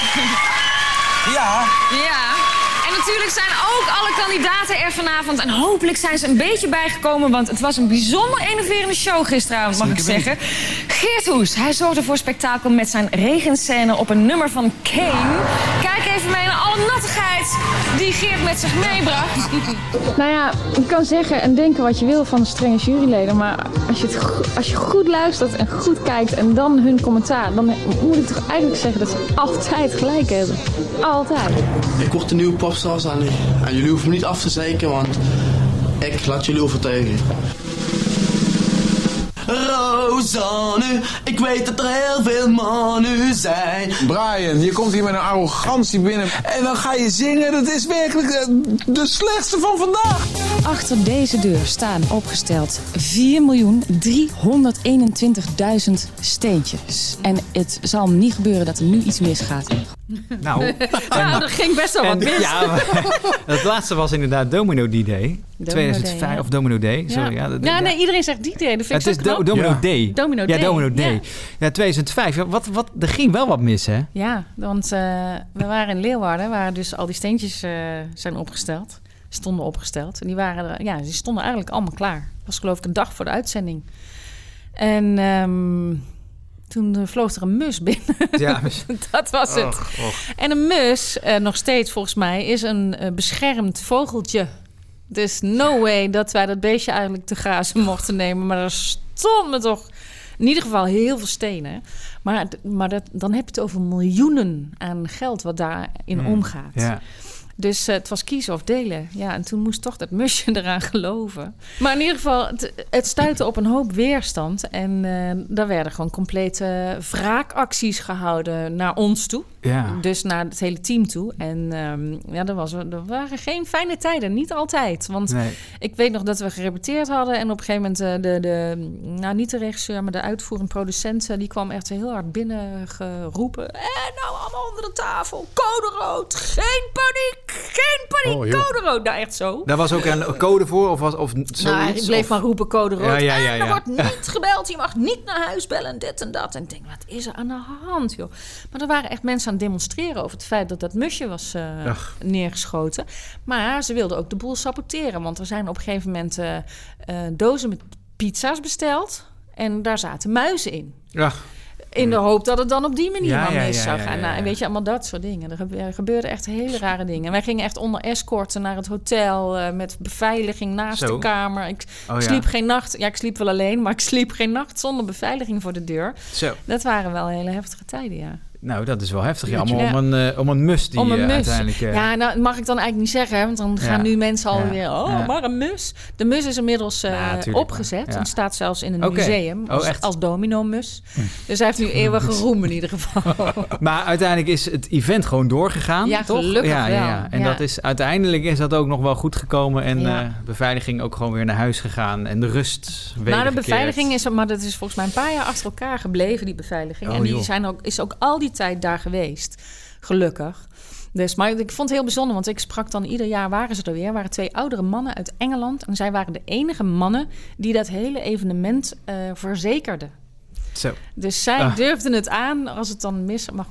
Ja. En natuurlijk zijn ook alle kandidaten er vanavond. En hopelijk zijn ze een beetje bijgekomen. Want het was een bijzonder enerverende show gisteravond, mag ik zeggen. Geert Hoes, hij zorgde voor spektakel met zijn regenscène op een nummer van Kane. Kijk even mee naar alle nattigheid die Geert met zich meebracht. Nou ja, je kan zeggen en denken wat je wil van de strenge juryleden. Maar als je goed luistert en goed kijkt en dan hun commentaar... dan moet ik toch eigenlijk zeggen dat ze altijd gelijk hebben. Altijd. Ik word de nieuwe popstars en jullie hoeven me niet af te zeiken, want ik laat jullie overtuigen. Rosanne, ik weet dat er heel veel mannen zijn. Brian, je komt hier met een arrogantie binnen en dan ga je zingen. Dat is werkelijk de slechtste van vandaag. Achter deze deur staan opgesteld 4.321.000 steentjes. En het zal niet gebeuren dat er nu iets misgaat. Nou, er ging best wel wat mis. Ja, het laatste was inderdaad Domino D-Day. 2005 of Domino Day. Sorry, nee, iedereen zegt D-Day. Dat vind het is Domino Day. Domino Day. Ja, Domino Day. Ja, 2005. Er ging wel wat mis, hè? Ja, want we waren in Leeuwarden, waar dus al die steentjes stonden opgesteld. En die stonden eigenlijk allemaal klaar. Dat was geloof ik een dag voor de uitzending. En toen vloog er een mus binnen. Ja, dat was het. En een mus, nog steeds volgens mij, is een beschermd vogeltje. Dus no way dat wij dat beestje eigenlijk te grazen mochten nemen. Maar er stonden toch in ieder geval heel veel stenen. Maar dan heb je het over miljoenen aan geld wat daarin omgaat. Ja. Dus het was kiezen of delen. Ja, en toen moest toch dat musje eraan geloven. Maar in ieder geval, het stuitte op een hoop weerstand. En daar werden gewoon complete wraakacties gehouden naar ons toe. Ja. Dus naar het hele team toe. En er waren geen fijne tijden. Niet altijd. Want ik weet nog dat we gerepeteerd hadden. En op een gegeven moment niet de regisseur, maar de uitvoerend producent, die kwam echt heel hard binnen geroepen. En nou allemaal onder de tafel. Code rood. Geen paniek. Geen paniek. Code rood. Nou, echt zo. Daar was ook een code voor? Of zoiets? Ik bleef maar roepen code rood. Ja. Er wordt niet gebeld. Je mag niet naar huis bellen. Dit en dat. En ik denk, wat is er aan de hand, joh? Maar er waren echt mensen aan het demonstreren over het feit dat dat musje was neergeschoten. Maar ze wilden ook de boel saboteren. Want er zijn op een gegeven moment dozen met pizza's besteld. En daar zaten muizen in. Ja. In de hoop dat het dan op die manier mis zou gaan. Nou, en weet je, allemaal dat soort dingen. Er gebeurden echt hele rare dingen. En wij gingen echt onder escorten naar het hotel met beveiliging naast de kamer. Ik sliep geen nacht. Ja, ik sliep wel alleen, maar ik sliep geen nacht zonder beveiliging voor de deur. Zo. Dat waren wel hele heftige tijden, ja. Nou, dat is wel heftig. Ja, allemaal om een mus die uiteindelijk... Ja, nou mag ik dan eigenlijk niet zeggen. Hè, want dan gaan nu mensen alweer... maar een mus. De mus is inmiddels opgezet. En staat zelfs in een museum. Als domino-mus. Dus hij heeft nu eeuwige roem in ieder geval. Maar uiteindelijk is het event gewoon doorgegaan, toch? Gelukkig wel. En dat is, uiteindelijk is dat ook nog wel goed gekomen. En beveiliging ook gewoon weer naar huis gegaan. En de rust wedergekeerd. Maar de beveiliging dat is volgens mij een paar jaar achter elkaar gebleven, die beveiliging. En die is ook al die tijd daar geweest, gelukkig. Dus, maar ik vond het heel bijzonder, want ik sprak dan ieder jaar, waren ze er weer. Waren 2 oudere mannen uit Engeland. En zij waren de enige mannen die dat hele evenement verzekerden. Zo. Dus zij durfden het aan als het dan mis... Maar goed,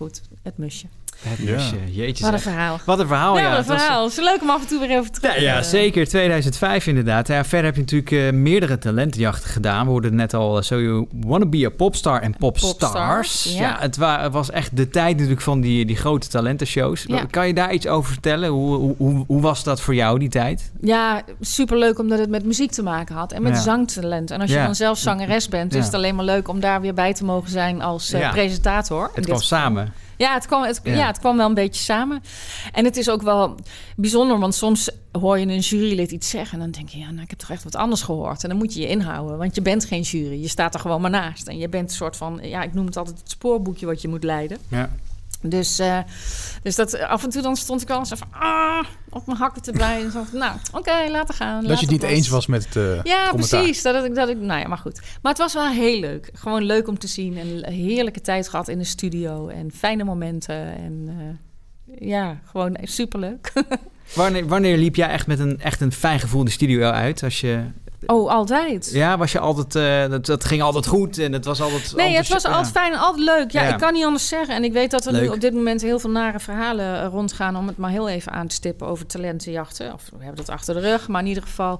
het musje. Het musje, jeetje. Wat een verhaal. Wat een verhaal, ja. Wat een verhaal. Het is leuk om af en toe weer even terug. Ja, zeker. 2005 inderdaad. Ja, verder heb je natuurlijk meerdere talentenjachten gedaan. We hoorden net al So You Wanna Be a Popstar en Popstars. Ja, het was echt de tijd natuurlijk van die grote talentenshows. Ja. Kan je daar iets over vertellen? Hoe was dat voor jou, die tijd? Ja, superleuk omdat het met muziek te maken had. En met zangtalent. En als je dan zelf zangeres bent, is het alleen maar leuk om daar weer bij te mogen zijn als presentator. Het kwam samen. Ja, het kwam wel een beetje samen. En het is ook wel bijzonder, want soms hoor je een jurylid iets zeggen en dan denk je, ik heb toch echt wat anders gehoord. En dan moet je je inhouden, want je bent geen jury. Je staat er gewoon maar naast. En je bent een soort van, ik noem het altijd het spoorboekje wat je moet leiden. Ja. Dus dat af en toe dan stond ik wel eens van op mijn hakken erbij. En zo van, oké, laten gaan. Dat je het niet eens was met het ja, commentaar. Precies. Dat ik, maar goed. Maar het was wel heel leuk. Gewoon leuk om te zien. En een heerlijke tijd gehad in de studio. En fijne momenten. En gewoon superleuk. Wanneer liep jij echt met een fijn gevoel in de studio uit? Als je... Oh, altijd. Ja, was je altijd... dat ging altijd goed en het was altijd... Nee, het was altijd fijn en altijd leuk. Ja, ik kan niet anders zeggen. En ik weet dat er nu op dit moment heel veel nare verhalen rondgaan... om het maar heel even aan te stippen over talentenjachten. Of we hebben dat achter de rug. Maar in ieder geval,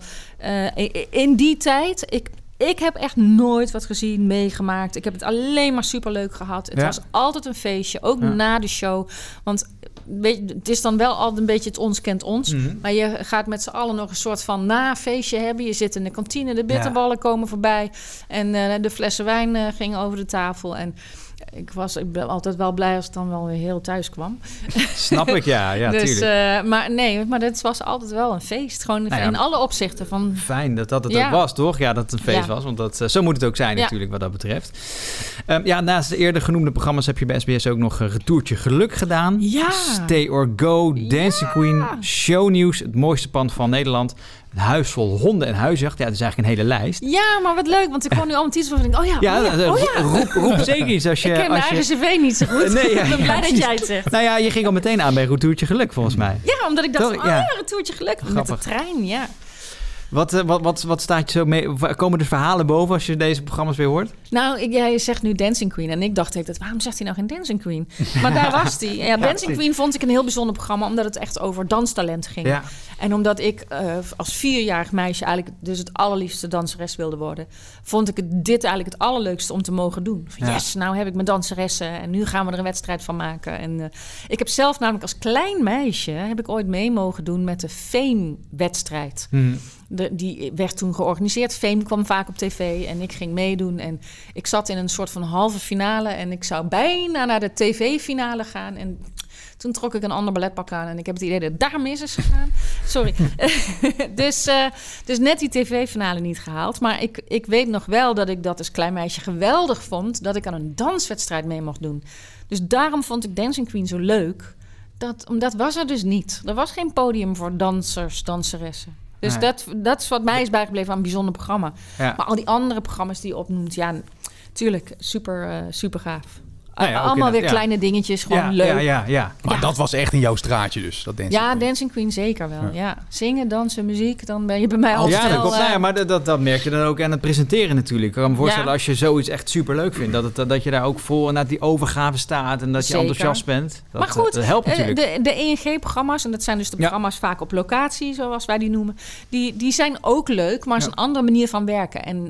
in die tijd... Ik heb echt nooit wat gezien, meegemaakt. Ik heb het alleen maar superleuk gehad. Het was altijd een feestje, ook na de show. Want het is dan wel altijd een beetje het ons kent ons. Mm-hmm. Maar je gaat met z'n allen nog een soort van na-feestje hebben. Je zit in de kantine, de bitterballen komen voorbij. En de flessen wijn gingen over de tafel. En ik ben altijd wel blij als het dan wel weer heel thuis kwam. Snap ik, ja, dus, tuurlijk. Maar het was altijd wel een feest. Gewoon in alle opzichten. Van... Fijn dat het ook was, toch? Ja, dat het een feest was. Want zo moet het ook zijn natuurlijk, wat dat betreft. Naast de eerder genoemde programma's heb je bij SBS ook nog Retourtje Geluk gedaan. Ja. Stay or Go, Dancing Queen, Shownieuws, Het Mooiste Pand van Nederland... Een huis vol honden en huisjacht. Ja, dat is eigenlijk een hele lijst. Ja, maar wat leuk, want ik hoor nu allemaal iets van... Roep zeker iets als je... Ik ken mijn eigen cv niet zo goed. Ik ben blij dat jij het zegt. Nou ja, je ging al meteen aan bij Retourtje Geluk, volgens mij. Ja, omdat ik dacht Retourtje Geluk. Grappig. Met de trein, ja. Wat staat je zo mee? Komen er verhalen boven als je deze programma's weer hoort? Nou, jij zegt nu Dancing Queen. En ik dacht, waarom zegt hij nou geen Dancing Queen? Maar daar was hij. Ja, Dancing Queen vond ik een heel bijzonder programma... omdat het echt over danstalent ging. Ja. En omdat ik als 4-jarig meisje... eigenlijk dus het allerliefste danseres wilde worden... vond ik dit eigenlijk het allerleukste om te mogen doen. Yes, nou heb ik mijn danseressen... en nu gaan we er een wedstrijd van maken. En ik heb zelf namelijk als klein meisje... heb ik ooit mee mogen doen met de Fame-wedstrijd... Die werd toen georganiseerd. Fame kwam vaak op tv en ik ging meedoen. En ik zat in een soort van halve finale... en ik zou bijna naar de tv-finale gaan. En toen trok ik een ander balletpak aan... en ik heb het idee dat het daar mis is gegaan. Sorry. Dus net die tv-finale niet gehaald. Maar ik weet nog wel dat ik dat als klein meisje geweldig vond... dat ik aan een danswedstrijd mee mocht doen. Dus daarom vond ik Dancing Queen zo leuk. Dat was er dus niet. Er was geen podium voor dansers, danseressen. Dus dat is wat mij is bijgebleven aan een bijzonder programma. Ja. Maar al die andere programma's die je opnoemt... ja, natuurlijk super gaaf. Allemaal weer kleine dingetjes, gewoon leuk. Ja. Maar dat was echt in jouw straatje dus, dat Dancing Queen. Dancing Queen zeker wel, ja. Zingen, dansen, muziek, dan ben je bij mij altijd wel... maar dat merk je dan ook aan het presenteren natuurlijk. Ik kan me voorstellen als je zoiets echt superleuk vindt... dat je daar ook voor naar die overgave staat... en dat je enthousiast bent. Maar goed, dat helpt natuurlijk. De ENG-programma's, en dat zijn dus de programma's vaak op locatie... zoals wij die noemen, die zijn ook leuk... maar het is een andere manier van werken. En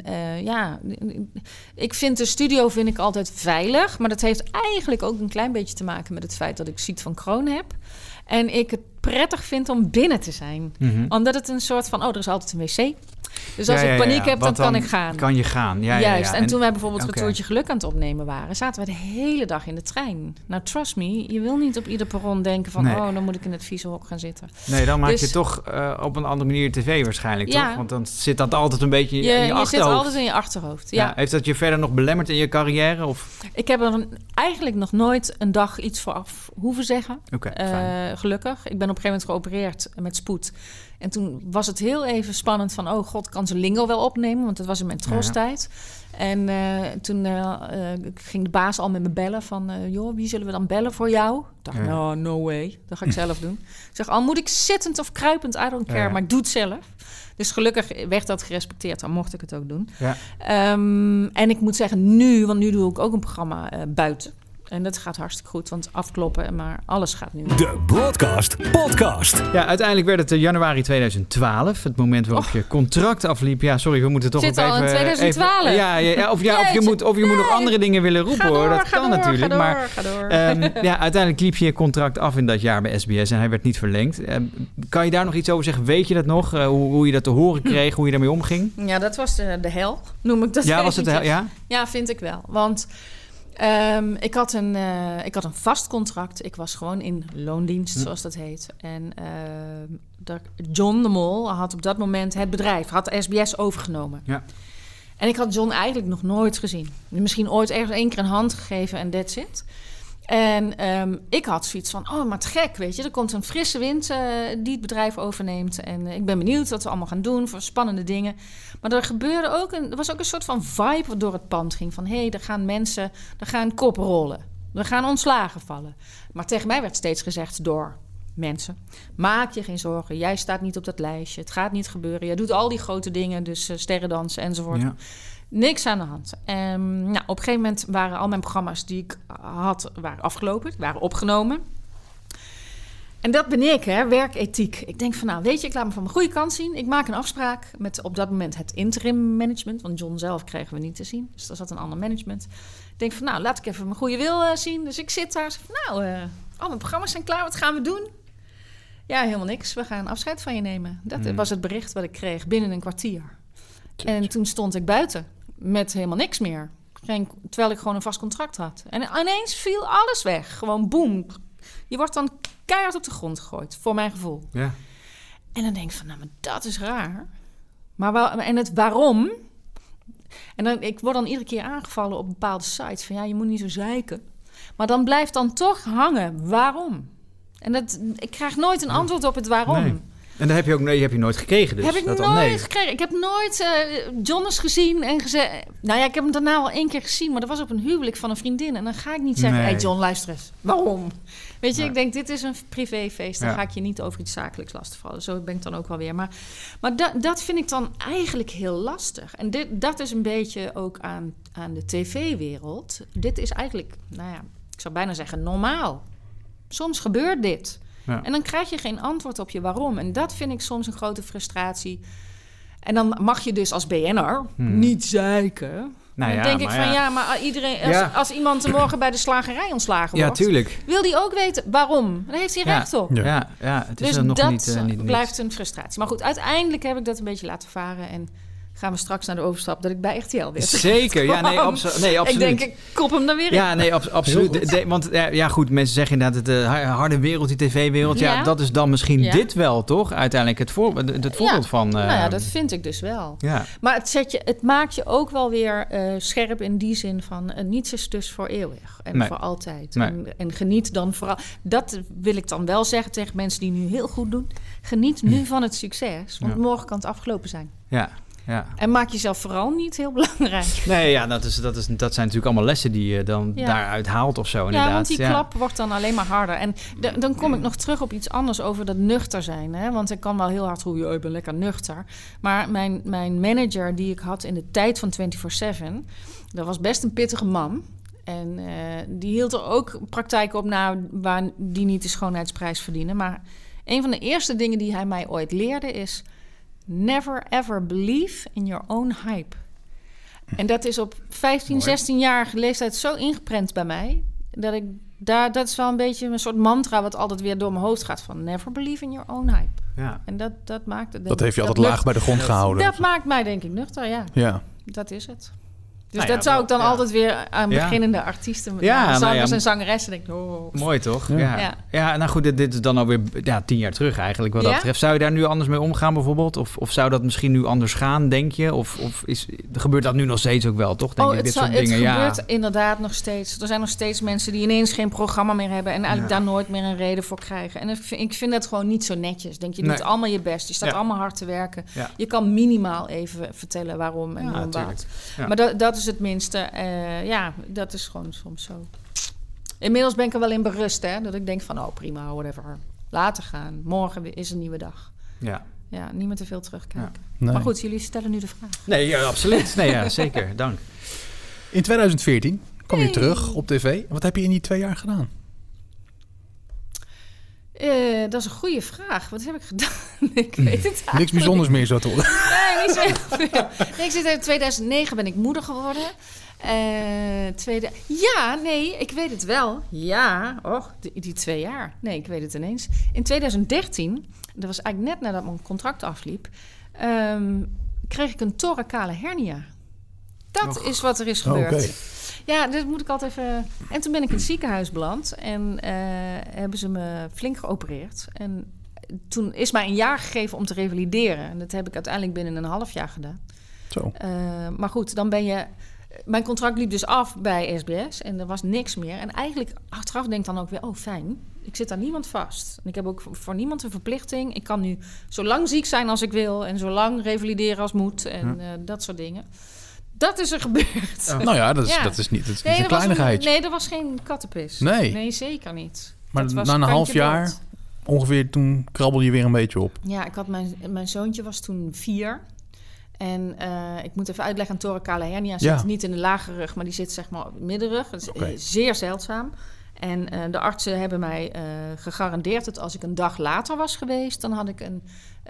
ik vind de studio altijd veilig... maar dat heeft eigenlijk ook een klein beetje te maken met het feit dat ik ziekte van Crohn heb. En ik het prettig vind om binnen te zijn. Mm-hmm. Omdat het een soort van, er is altijd een wc. Dus als ik paniek heb, dan kan ik gaan. Kan je gaan, Juist. En toen wij bijvoorbeeld Retourtje Geluk aan het opnemen waren... zaten we de hele dag in de trein. Nou, trust me, je wil niet op ieder perron denken van... dan moet ik in het vieze hok gaan zitten. Nee, dan maak je toch op een andere manier tv waarschijnlijk, toch? Want dan zit dat altijd een beetje in je achterhoofd. Je zit altijd in je achterhoofd, ja. Heeft dat je verder nog belemmerd in je carrière? Of? Ik heb er eigenlijk nog nooit een dag iets vooraf hoeven zeggen. Gelukkig. Ik ben op een gegeven moment geopereerd met spoed... En toen was het heel even spannend van... oh god, kan ze lingo wel opnemen? Want dat was in mijn troosttijd. En toen ging de baas al met me bellen van... joh, wie zullen we dan bellen voor jou? Ik dacht, no way. Dat ga ik zelf doen. Ik zeg, al moet ik zittend of kruipend, I don't care. Maar ik doe het zelf. Dus gelukkig werd dat gerespecteerd. Dan mocht ik het ook doen. Ja. En ik moet zeggen, want nu doe ik ook een programma buiten. En dat gaat hartstikke goed, want afkloppen, maar alles gaat nu. De Broadcast Podcast. Ja, uiteindelijk werd het januari 2012. Het moment waarop je contract afliep. Ja, sorry, we moeten toch Zit ook al even... in 2012. Of je moet nog andere dingen willen roepen, hoor. Dat kan natuurlijk. Ga door. Uiteindelijk liep je contract af in dat jaar bij SBS en hij werd niet verlengd. Kan je daar nog iets over zeggen? Weet je dat nog? Hoe je dat te horen kreeg, hoe je daarmee omging? Ja, dat was de hel, noem ik dat. Ja, was het de hel? Ja? Ja, vind ik wel. Want ik had een vast contract. Ik was gewoon in loondienst, zoals dat heet. En John de Mol had op dat moment het bedrijf, had SBS overgenomen. Ja. En ik had John eigenlijk nog nooit gezien. Misschien ooit ergens 1 keer een hand gegeven en that's it. En ik had zoiets van, maar te gek, weet je. Er komt een frisse wind die het bedrijf overneemt. En ik ben benieuwd wat we allemaal gaan doen voor spannende dingen. Maar er was ook een soort van vibe wat door het pand ging. Van, er gaan mensen, er gaan kop rollen. Er gaan ontslagen vallen. Maar tegen mij werd steeds gezegd door mensen: maak je geen zorgen, jij staat niet op dat lijstje. Het gaat niet gebeuren. Jij doet al die grote dingen, dus sterrendansen enzovoort. Ja. Niks aan de hand. Op een gegeven moment waren al mijn programma's die ik had, waren afgelopen, waren opgenomen. En dat ben ik, werkethiek. Ik denk van, weet je, ik laat me van mijn goede kant zien. Ik maak een afspraak met op dat moment het interim management. Want John zelf kregen we niet te zien. Dus daar zat een ander management. Ik denk van, laat ik even mijn goede wil zien. Dus ik zit daar. Al mijn programma's zijn klaar. Wat gaan we doen? Ja, helemaal niks. We gaan afscheid van je nemen. Dat was het bericht wat ik kreeg binnen een kwartier. En toen stond ik buiten met helemaal niks meer. Terwijl ik gewoon een vast contract had. En ineens viel alles weg. Gewoon boem. Je wordt dan keihard op de grond gegooid, voor mijn gevoel. Ja. En dan denk ik van, maar dat is raar. En het waarom? En ik word dan iedere keer aangevallen op bepaalde sites. Van je moet niet zo zeiken. Maar dan blijft dan toch hangen, waarom? En ik krijg nooit een antwoord op het waarom. Nee. En dat heb je nooit gekregen dus? Heb ik nooit gekregen. Ik heb nooit John eens gezien en gezegd... Nou ja, ik heb hem daarna al 1 keer gezien... maar dat was op een huwelijk van een vriendin. En dan ga ik niet zeggen... Hey John, luister eens. Waarom? Weet je, ik denk, dit is een privéfeest. Dan ga ik je niet over iets zakelijks lastigvallen. Zo ben ik dan ook wel weer. Maar dat vind ik dan eigenlijk heel lastig. En dat is een beetje ook aan de tv-wereld. Dit is eigenlijk, ik zou bijna zeggen normaal. Soms gebeurt dit... Ja. En dan krijg je geen antwoord op je waarom. En dat vind ik soms een grote frustratie. En dan mag je dus als BN'er niet zeiken. Dan denk ik van maar iedereen... Als iemand morgen bij de slagerij ontslagen wordt... Ja, tuurlijk. Wil die ook weten waarom? Daar heeft hij recht op. Ja, het is dus nog dat niet blijft een frustratie. Maar goed, uiteindelijk heb ik dat een beetje laten varen... en gaan we straks naar de overstap dat ik bij RTL weer... Zeker, absoluut. Ik denk, ik kop hem dan weer in. Ja, nee, absoluut. Want goed, mensen zeggen inderdaad... de harde wereld, die tv-wereld... Ja, dat is dan misschien dit wel, toch? Uiteindelijk het voorbeeld van... dat vind ik dus wel. Ja. Maar het maakt je ook wel weer scherp in die zin van... niets is dus voor eeuwig en voor altijd. Nee. En geniet dan vooral... Dat wil ik dan wel zeggen tegen mensen die nu heel goed doen. Geniet nu van het succes, want morgen kan het afgelopen zijn. Ja. Ja. En maak jezelf vooral niet heel belangrijk. Nee, dat zijn natuurlijk allemaal lessen die je dan daaruit haalt of zo. Inderdaad. Ja, want die klap wordt dan alleen maar harder. En dan kom ik nog terug op iets anders over dat nuchter zijn. Hè? Want ik kan wel heel hard roepen, ik ben lekker nuchter. Maar mijn manager die ik had in de tijd van 24/7... dat was best een pittige man. En die hield er ook praktijken op na waar die niet de schoonheidsprijs verdienen. Maar een van de eerste dingen die hij mij ooit leerde is... Never ever believe in your own hype. En dat is op 15, 16-jarige leeftijd zo ingeprent bij mij... dat ik dat is wel een beetje een soort mantra... wat altijd weer door mijn hoofd gaat van... never believe in your own hype. Ja. En dat maakt het... Dat heeft je altijd laag bij de grond gehouden. Dat maakt mij denk ik nuchter, ja. Dat is het. Dus dat zou ik dan altijd weer aan beginnende artiesten... zangers en zangeressen denken... Mooi toch? Ja, nou goed, dit is dan alweer 10 jaar terug eigenlijk wat dat betreft. Zou je daar nu anders mee omgaan bijvoorbeeld? Of zou dat misschien nu anders gaan, denk je? Of gebeurt dat nu nog steeds ook wel, toch? Denk dit soort dingen? Het gebeurt inderdaad nog steeds. Er zijn nog steeds mensen die ineens geen programma meer hebben... en eigenlijk daar nooit meer een reden voor krijgen. En ik vind dat gewoon niet zo netjes. Denk je doet allemaal je best. Je staat allemaal hard te werken. Ja. Je kan minimaal even vertellen waarom en waarom wat. Ja. Maar dat is het minste. Dat is gewoon soms zo. Inmiddels ben ik er wel in berust, hè. Dat ik denk van, prima, whatever. Laten gaan. Morgen is een nieuwe dag. Ja. Ja, niet meer te veel terugkijken. Ja. Nee. Maar goed, jullie stellen nu de vraag. Nee, absoluut. Nee, zeker. Dank. In 2014 kwam je terug op tv. Wat heb je in die 2 jaar gedaan? Dat is een goede vraag. Wat heb ik gedaan? Ik weet het eigenlijk. Niks bijzonders meer zo te horen. Nee, niet zo heel veel. Nee, in 2009 ben ik moeder geworden. Ik weet het wel. Ja, die 2 jaar. Nee, ik weet het ineens. In 2013, dat was eigenlijk net nadat mijn contract afliep, kreeg ik een thoracale hernia. Dat is wat er is gebeurd. Okay. Ja, dus moet ik altijd even... En toen ben ik in het ziekenhuis beland en hebben ze me flink geopereerd. En toen is mij een jaar gegeven om te revalideren. En dat heb ik uiteindelijk binnen een half jaar gedaan. Zo. Maar goed, dan ben je... Mijn contract liep dus af bij SBS en er was niks meer. En eigenlijk achteraf denk ik dan ook weer, fijn. Ik zit aan niemand vast. En ik heb ook voor niemand een verplichting. Ik kan nu zo lang ziek zijn als ik wil en zo lang revalideren als moet en dat soort dingen. Dat is er gebeurd. Nou ja, dat is niet een kleinigheid. Nee, dat was geen kattenpis. Nee, zeker niet. Maar na een half jaar, ongeveer, toen krabbelde je weer een beetje op. Ja, ik had mijn zoontje was toen 4. En ik moet even uitleggen, een thoracale hernia zit niet in de lage rug, maar die zit zeg maar op de middenrug. Dat is zeer zeldzaam. En de artsen hebben mij gegarandeerd dat als ik een dag later was geweest, dan had ik een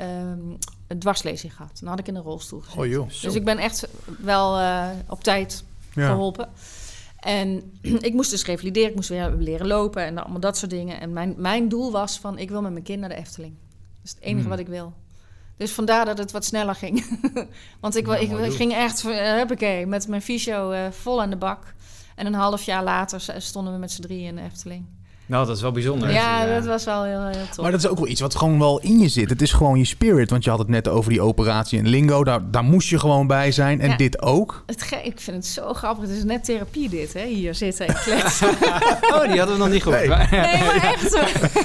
dwarslezing gehad. Dan had ik in een rolstoel gezeten. Oh, joh. Dus ik ben echt wel op tijd geholpen. En ik moest dus revalideren, ik moest weer leren lopen en allemaal dat soort dingen. En mijn doel was van, ik wil met mijn kind naar de Efteling. Dat is het enige wat ik wil. Dus vandaar dat het wat sneller ging. Want ik ging echt, met mijn fysio vol aan de bak. En een half jaar later stonden we met z'n 3 in de Efteling. Nou, dat is wel bijzonder. Ja, dat was wel heel, heel tof. Maar dat is ook wel iets wat gewoon wel in je zit. Het is gewoon je spirit. Want je had het net over die operatie in Lingo. Daar moest je gewoon bij zijn. En dit ook. Ik vind het zo grappig. Het is net therapie dit, hè? Hier zitten en kletsen. Die hadden we nog niet gehoord. Nee, maar echt.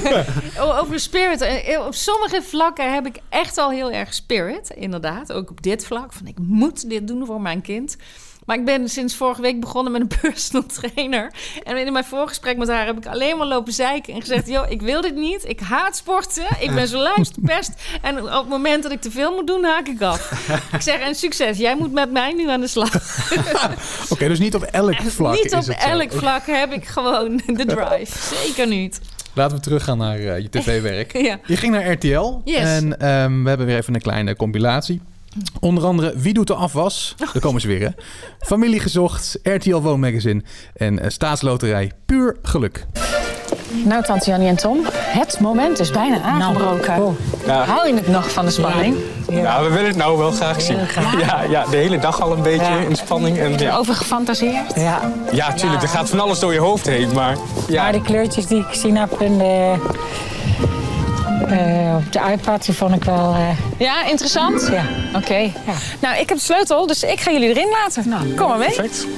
Over spirit. Op sommige vlakken heb ik echt al heel erg spirit. Inderdaad. Ook op dit vlak. Van ik moet dit doen voor mijn kind. Maar ik ben sinds vorige week begonnen met een personal trainer. En in mijn voorgesprek met haar heb ik alleen maar lopen zeiken en gezegd, ik wil dit niet. Ik haat sporten. Ik ben zo lui gepest. En op het moment dat ik te veel moet doen, haak ik af. Ik zeg, en succes. Jij moet met mij nu aan de slag. Oké, dus niet op elk vlak. Niet op elk vlak heb ik gewoon de drive. Zeker niet. Laten we teruggaan naar je tv-werk. Ja. Je ging naar RTL. Yes. En we hebben weer even een kleine compilatie. Onder andere Wie doet de afwas? Daar komen ze weer, hè? Familie gezocht, RTL Woonmagazine en Staatsloterij Puur Geluk. Nou, tante Jannie en Tom, het moment is bijna aangebroken. Hou je het nog van de spanning? Ja, we willen het nou wel graag zien. Ja, de hele dag al een beetje in spanning. En, Over gefantaseerd? Ja, tuurlijk. Er gaat van alles door je hoofd heen, maar... Ja. Maar die kleurtjes die ik gezien heb in op de iPad, die vond ik wel... Ja, interessant? Ja. Oké. Ja. Nou, ik heb de sleutel, dus ik ga jullie erin laten. Nou, kom maar mee. Perfect.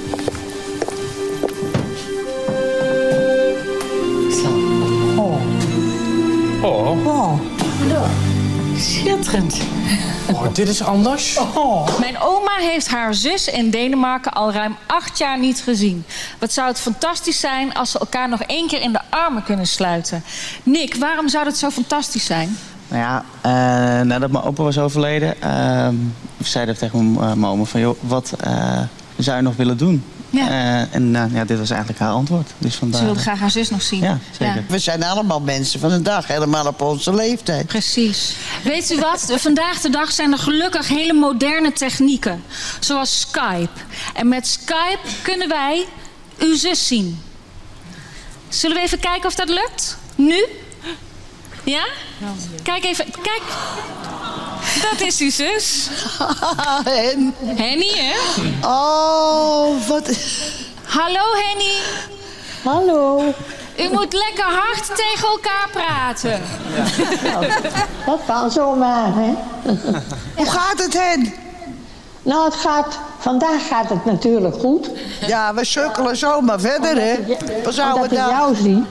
Oh. Schitterend. Dit is anders. Mijn oma heeft haar zus in Denemarken al ruim 8 jaar niet gezien. Wat zou het fantastisch zijn als ze elkaar nog 1 keer in de armen kunnen sluiten. Nick, waarom zou dat zo fantastisch zijn? Nou ja, nadat mijn opa was overleden, zei ik tegen mijn oma van, joh, wat zou je nog willen doen? Ja. Dit was eigenlijk haar antwoord. Dus vandaar... Ze wilde graag haar zus nog zien. Ja, zeker. Ja. We zijn allemaal mensen van de dag, helemaal op onze leeftijd. Precies. Weet u wat? Vandaag de dag zijn er gelukkig hele moderne technieken. Zoals Skype. En met Skype kunnen wij uw zus zien. Zullen we even kijken of dat lukt? Nu? Ja? Kijk even. Kijk. Dat is uw zus. Henny, hè? Oh, wat... Hallo, Henny. Hallo. U moet lekker hard tegen elkaar praten. Nou, dat kan zomaar, hè? Hoe gaat het, Hen? Nou, vandaag gaat het natuurlijk goed. Ja, we sukkelen zomaar verder, hè? We zouden jou zien.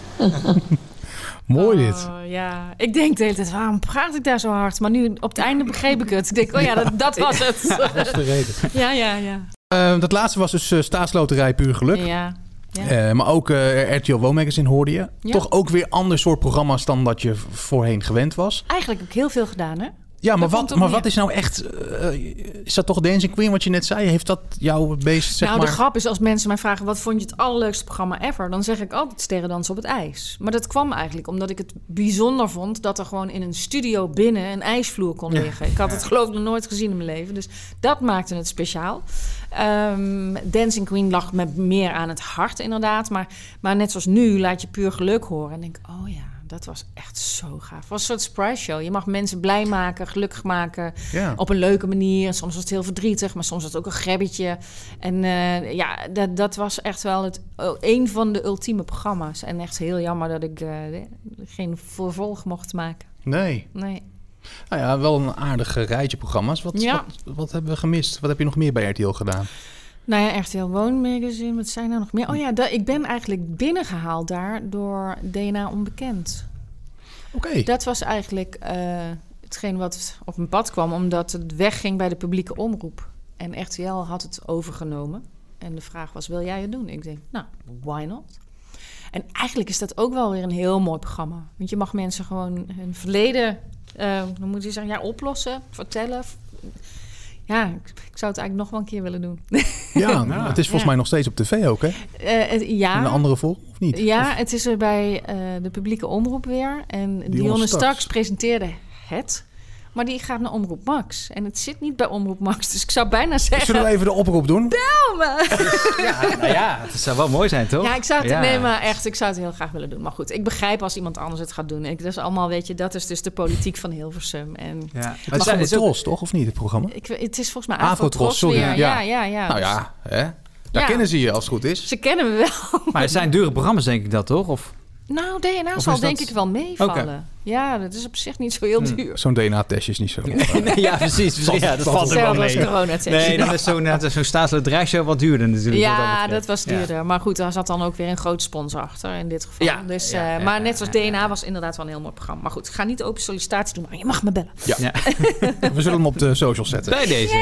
Mooi dit. Ja, ik denk de hele tijd, waarom praat ik daar zo hard? Maar nu op het einde begreep ik het. Ik denk, dat was het. Dat is de reden. Ja. Dat laatste was dus Staatsloterij Puur Geluk. Ja. Maar ook RTL Woonmagazine hoorde je. Ja. Toch ook weer ander soort programma's dan dat je voorheen gewend was. Eigenlijk ook heel veel gedaan, hè? Ja, maar wat is nou echt... is dat toch Dancing Queen wat je net zei? Heeft dat jouw beest, zeg maar... de grap is als mensen mij vragen... wat vond je het allerleukste programma ever? Dan zeg ik altijd Sterrendansen op het ijs. Maar dat kwam eigenlijk omdat ik het bijzonder vond... dat er gewoon in een studio binnen een ijsvloer kon liggen. Ik had het geloof ik nog nooit gezien in mijn leven. Dus dat maakte het speciaal. Dancing Queen lag me meer aan het hart inderdaad. Maar net zoals nu laat je puur geluk horen. En denk oh ja... Dat was echt zo gaaf. Het was een soort surprise show. Je mag mensen blij maken, gelukkig maken. Ja. Op een leuke manier. Soms was het heel verdrietig, maar soms was het ook een grebbetje. En dat was echt wel een van de ultieme programma's. En echt heel jammer dat ik geen vervolg mocht maken. Nee. Nou ja, wel een aardig rijtje programma's. Wat hebben we gemist? Wat heb je nog meer bij RTL gedaan? Nou ja, RTL Woonmagazine, wat zijn er nog meer? Oh ja, ik ben eigenlijk binnengehaald daar door DNA Onbekend. Oké. Dat was eigenlijk hetgeen wat op mijn pad kwam... omdat het wegging bij de publieke omroep. En RTL had het overgenomen. En de vraag was, wil jij het doen? Ik denk, nou, why not? En eigenlijk is dat ook wel weer een heel mooi programma. Want je mag mensen gewoon hun verleden... hoe moet je zeggen, oplossen, vertellen... Ja, ik zou het eigenlijk nog wel een keer willen doen. Ja, het is volgens mij nog steeds op tv ook, hè? Ja. In een andere vorm, of niet? Ja, het is er bij de publieke omroep weer. En Dionne Starks presenteerde het. Maar die gaat naar Omroep Max. En het zit niet bij Omroep Max. Dus ik zou bijna zeggen... Zullen we even de oproep doen? Bel me! Het zou wel mooi zijn, toch? Ja, ik zou het, nee, maar echt, ik zou het heel graag willen doen. Maar goed, ik begrijp als iemand anders het gaat doen. Dat is allemaal, weet je, dat is dus de politiek van Hilversum. En het is Afrotros, toch? Of niet, het programma? Het is volgens mij Afrotros, sorry. Ja. Nou ja, hè? Daar kennen ze je als het goed is. Ze kennen me wel. Maar het zijn dure programma's, denk ik dat, toch? Of... Nou, DNA zal denk ik wel meevallen. Okay. Ja, dat is op zich niet zo heel duur. Zo'n DNA-testje is niet zo. Ja, precies. Dat valt er wel mee. Nee, dan is zo'n staatsloterijshow wat duurder natuurlijk. Ja, dat was duurder. Ja. Maar goed, daar zat dan ook weer een groot sponsor achter in dit geval. Ja. Dus, maar net zoals DNA was inderdaad wel een heel mooi programma. Maar goed, ik ga niet open sollicitatie doen, maar je mag me bellen. Ja. We zullen hem op de socials zetten. Bij deze.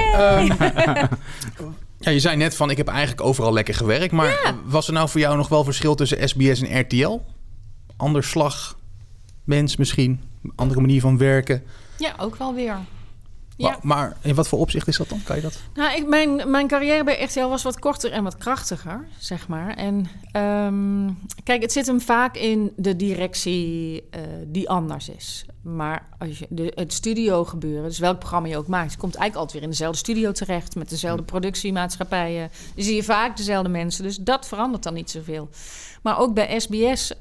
Ja, je zei net van, ik heb eigenlijk overal lekker gewerkt. Maar was er nou voor jou nog wel verschil tussen SBS en RTL? Ander slag, mens misschien, andere manier van werken. Ja, ook wel weer. Ja. Maar in wat voor opzicht is dat dan? Kan je dat? Nou, mijn carrière bij RTL was wat korter en wat krachtiger, zeg maar. En kijk, het zit hem vaak in de directie die anders is. Maar als je het studio gebeuren, dus welk programma je ook maakt, je komt eigenlijk altijd weer in dezelfde studio terecht met dezelfde productiemaatschappijen. Dan zie je vaak dezelfde mensen, dus dat verandert dan niet zoveel. Maar ook bij SBS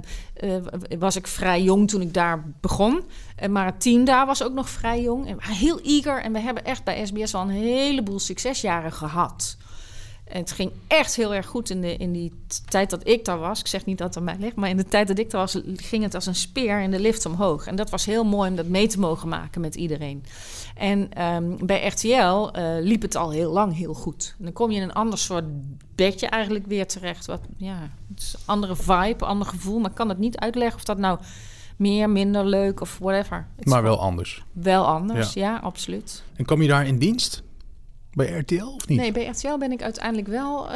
was ik vrij jong toen ik daar begon. Maar het team daar was ook nog vrij jong. En heel eager. En we hebben echt bij SBS al een heleboel succesjaren gehad. En het ging echt heel erg goed in die tijd dat ik daar was. Ik zeg niet dat het aan mij ligt, maar in de tijd dat ik daar was, ging het als een speer in de lift omhoog. En dat was heel mooi om dat mee te mogen maken met iedereen. En bij RTL liep het al heel lang heel goed. En dan kom je in een ander soort bedje eigenlijk weer terecht. Het is een andere vibe, ander gevoel. Maar ik kan het niet uitleggen of dat nou meer, minder leuk of whatever. Maar wel anders. Wel anders, ja, absoluut. En kom je daar in dienst? Bij RTL of niet? Nee, bij RTL ben ik uiteindelijk wel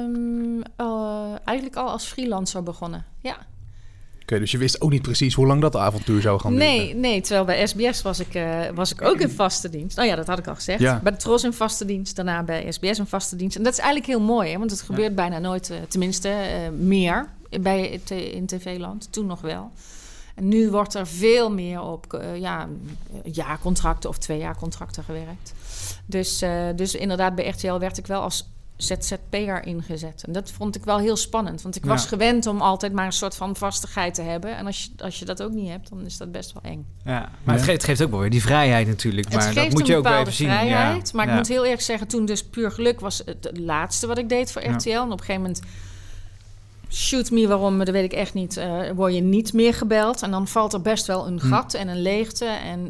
eigenlijk al als freelancer begonnen. Ja. Oké, dus je wist ook niet precies hoe lang dat avontuur zou gaan duren? Nee, terwijl bij SBS was ik ook in vaste dienst. Nou ja, dat had ik al gezegd. Ja. Bij de Tros in vaste dienst, daarna bij SBS in vaste dienst. En dat is eigenlijk heel mooi, hè, want het gebeurt bijna nooit, tenminste meer in tv-land. Toen nog wel. En nu wordt er veel meer op jaarcontracten of 2-jaarcontracten gewerkt. Dus inderdaad, bij RTL werd ik wel als ZZP'er ingezet. En dat vond ik wel heel spannend. Want ik was gewend om altijd maar een soort van vastigheid te hebben. En als je dat ook niet hebt, dan is dat best wel eng. Ja, maar het geeft ook wel weer die vrijheid natuurlijk. Maar dat moet je ook wel even zien. Vrijheid, maar ik moet heel eerlijk zeggen, toen dus Puur Geluk was het laatste wat ik deed voor RTL. En op een gegeven moment... Shoot me, waarom, dat weet ik echt niet. Word je niet meer gebeld. En dan valt er best wel een gat en een leegte. En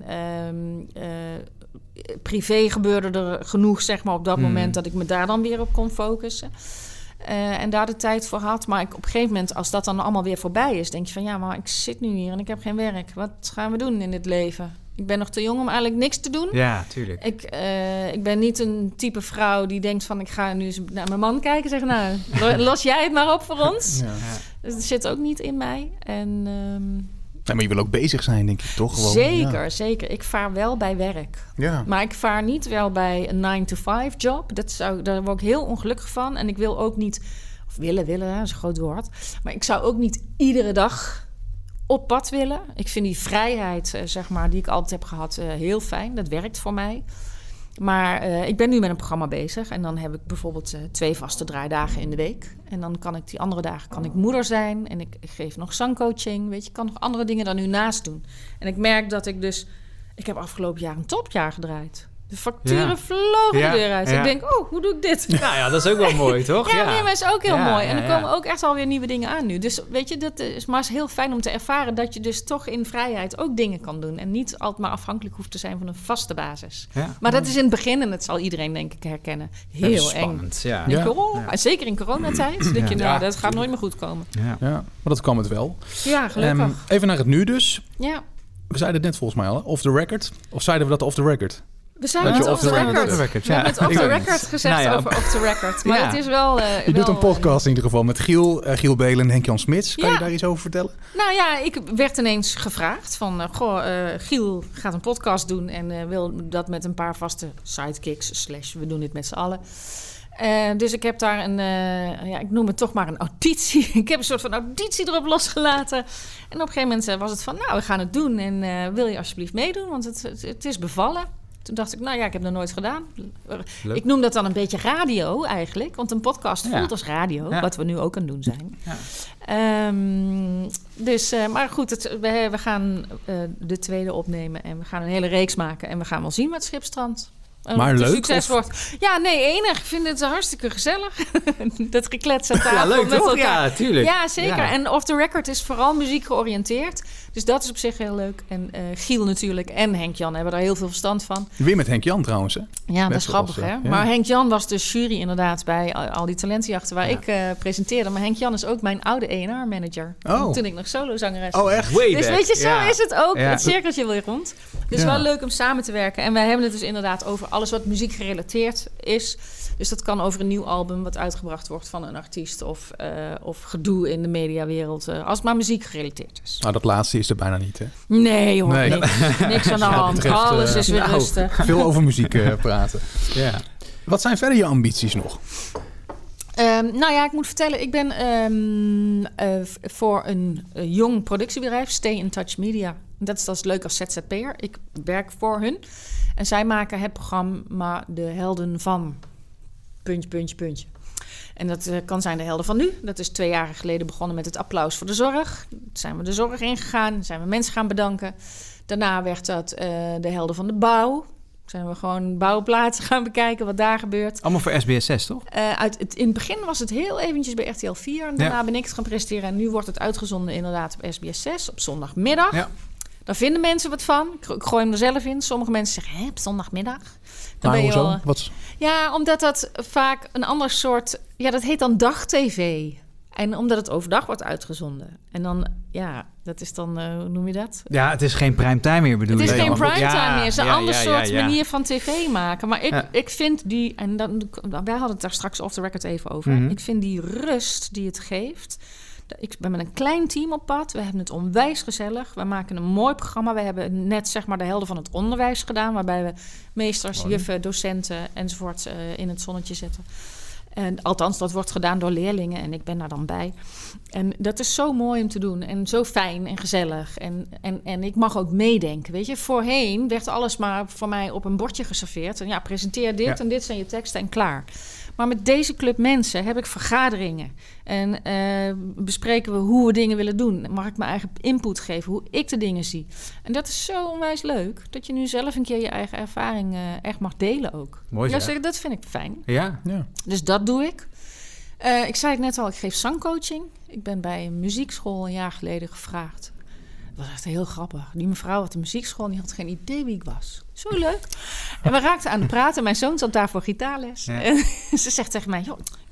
privé gebeurde er genoeg, zeg maar, op dat moment... dat ik me daar dan weer op kon focussen. En daar de tijd voor had. Maar op een gegeven moment, als dat dan allemaal weer voorbij is... denk je van, ja, maar ik zit nu hier en ik heb geen werk. Wat gaan we doen in dit leven? Ik ben nog te jong om eigenlijk niks te doen. Ja, tuurlijk. Ik ben niet een type vrouw die denkt van... ik ga nu eens naar mijn man kijken en zeggen... nou, los jij het maar op voor ons. Ja. Dus dat zit ook niet in mij. En Ja, maar je wil ook bezig zijn, denk ik, toch? Gewoon, Zeker. Ik vaar wel bij werk. Ja. Maar ik vaar niet wel bij een 9-to-5 job. Daar word ik heel ongelukkig van. En ik wil ook niet... Of willen, dat is een groot woord. Maar ik zou ook niet iedere dag op pad willen. Ik vind die vrijheid, zeg maar, die ik altijd heb gehad, heel fijn. Dat werkt voor mij. Maar ik ben nu met een programma bezig. En dan heb ik bijvoorbeeld 2 vaste draaidagen in de week. En dan kan ik die andere dagen moeder zijn. En ik geef nog zangcoaching. Weet je, ik kan nog andere dingen dan nu naast doen. En ik merk dat ik dus... Ik heb afgelopen jaar een topjaar gedraaid. De facturen vlogen de deur uit. Ik denk, hoe doe ik dit? Nou ja, dat is ook wel mooi, toch? Nee, maar is ook heel mooi. En er komen ook echt alweer nieuwe dingen aan nu. Dus weet je, dat is maar heel fijn om te ervaren... dat je dus toch in vrijheid ook dingen kan doen. En niet altijd maar afhankelijk hoeft te zijn van een vaste basis. Ja. Maar dat is in het begin, en dat zal iedereen denk ik herkennen... heel spannend, eng. Zeker in coronatijd. Denk je, dat gaat nooit meer goed komen. Ja, maar dat kwam het wel. Ja, gelukkig. Even naar het nu dus. Ja. We zeiden het net volgens mij al, off the record. Of zeiden we dat off the record? We zijn het off the record. We hebben het off the record gezegd over off the record. Maar het is wel... je doet een podcast in ieder geval met Giel Belen en Henk-Jan Smits. Kan je daar iets over vertellen? Nou ja, ik werd ineens gevraagd van... Giel gaat een podcast doen en wil dat met een paar vaste sidekicks... we doen dit met z'n allen. Dus ik heb daar ik noem het toch maar een auditie. Ik heb een soort van auditie erop losgelaten. En op een gegeven moment was het van... we gaan het doen en wil je alsjeblieft meedoen? Want het is bevallen. Toen dacht ik, ik heb dat nooit gedaan. Leuk. Ik noem dat dan een beetje radio eigenlijk. Want een podcast voelt als radio. Ja. Wat we nu ook aan het doen zijn. Ja. Maar goed, we gaan de tweede opnemen. En we gaan een hele reeks maken. En we gaan wel zien wat Schipstrand... Maar leuk? Succes wordt. Ja, nee, enig. Ik vind het hartstikke gezellig. Dat geklets aan tafel. Ja, leuk met toch? elkaar. Ja, tuurlijk. Ja, zeker. Ja. En Off the Record is vooral muziek georiënteerd. Dus dat is op zich heel leuk. En Giel natuurlijk en Henk-Jan hebben daar heel veel verstand van. Weer met Henk-Jan trouwens, hè? Ja, dat is grappig, hè? Ja. Maar Henk-Jan was de jury inderdaad bij al die talentenjachten waar ik presenteerde. Maar Henk-Jan is ook mijn oude A&R-manager. Toen ik nog solozangeres was. Oh, echt? Dus weet je, zo is het ook. Het cirkeltje weer rond. Dus wel leuk om samen te werken. En wij hebben het dus inderdaad over alles wat muziek gerelateerd is. Dus dat kan over een nieuw album wat uitgebracht wordt van een artiest of gedoe in de mediawereld. Als het maar muziek gerelateerd is. Nou, dat laatste is er bijna niet, hè? Nee, hoor. Nee. Niks aan de hand. Betreft, alles is weer rustig. Veel over muziek praten. Ja. Wat zijn verder je ambities nog? Ik moet vertellen, ik ben voor een jong productiebedrijf, Stay in Touch Media. Dat is leuk als ZZP'er. Ik werk voor hun. En zij maken het programma De Helden van... puntje. En dat kan zijn de helden van nu. Dat is 2 jaar geleden begonnen met het applaus voor de zorg. Toen zijn we de zorg ingegaan, zijn we mensen gaan bedanken. Daarna werd dat de helden van de bouw. Zijn we gewoon bouwplaatsen gaan bekijken, wat daar gebeurt. Allemaal voor SBS6, toch? In het begin was het heel eventjes bij RTL 4. En daarna ben ik het gaan presenteren. En nu wordt het uitgezonden inderdaad op SBS6 op zondagmiddag. Ja. Daar vinden mensen wat van. Ik gooi hem er zelf in. Sommige mensen zeggen, op zondagmiddag? Dan ben je hoezo? Ja, omdat dat vaak een ander soort... Ja, dat heet dan dagtv. En omdat het overdag wordt uitgezonden. En dan, dat is dan, hoe noem je dat? Ja, het is geen primetime meer, bedoel je? Het is geen primetime meer. Het is een ander soort manier van tv maken. Maar ik vind die... En wij hadden het daar straks off the record even over. Mm-hmm. Ik vind die rust die het geeft... Ik ben met een klein team op pad. We hebben het onwijs gezellig. We maken een mooi programma. We hebben net zeg maar de helden van het onderwijs gedaan... waarbij we meesters, juffen, docenten enzovoort in het zonnetje zetten. En althans, dat wordt gedaan door leerlingen en ik ben daar dan bij. En dat is zo mooi om te doen en zo fijn en gezellig. En ik mag ook meedenken, weet je. Voorheen werd alles maar voor mij op een bordje geserveerd. En presenteer dit en dit zijn je teksten en klaar. Maar met deze club mensen heb ik vergaderingen. En bespreken we hoe we dingen willen doen. Mag ik mijn eigen input geven, hoe ik de dingen zie. En dat is zo onwijs leuk. Dat je nu zelf een keer je eigen ervaring echt mag delen ook. Mooi zeg. Ja, dat vind ik fijn. Ja. Dus dat doe ik. Ik zei het net al, ik geef zangcoaching. Ik ben bij een muziekschool een jaar geleden gevraagd. Dat was echt heel grappig. Die mevrouw had een muziekschool en die had geen idee wie ik was. Zo leuk. En we raakten aan het praten. Mijn zoon zat daar voor gitaarles. Ja. En ze zegt tegen mij, joh, ik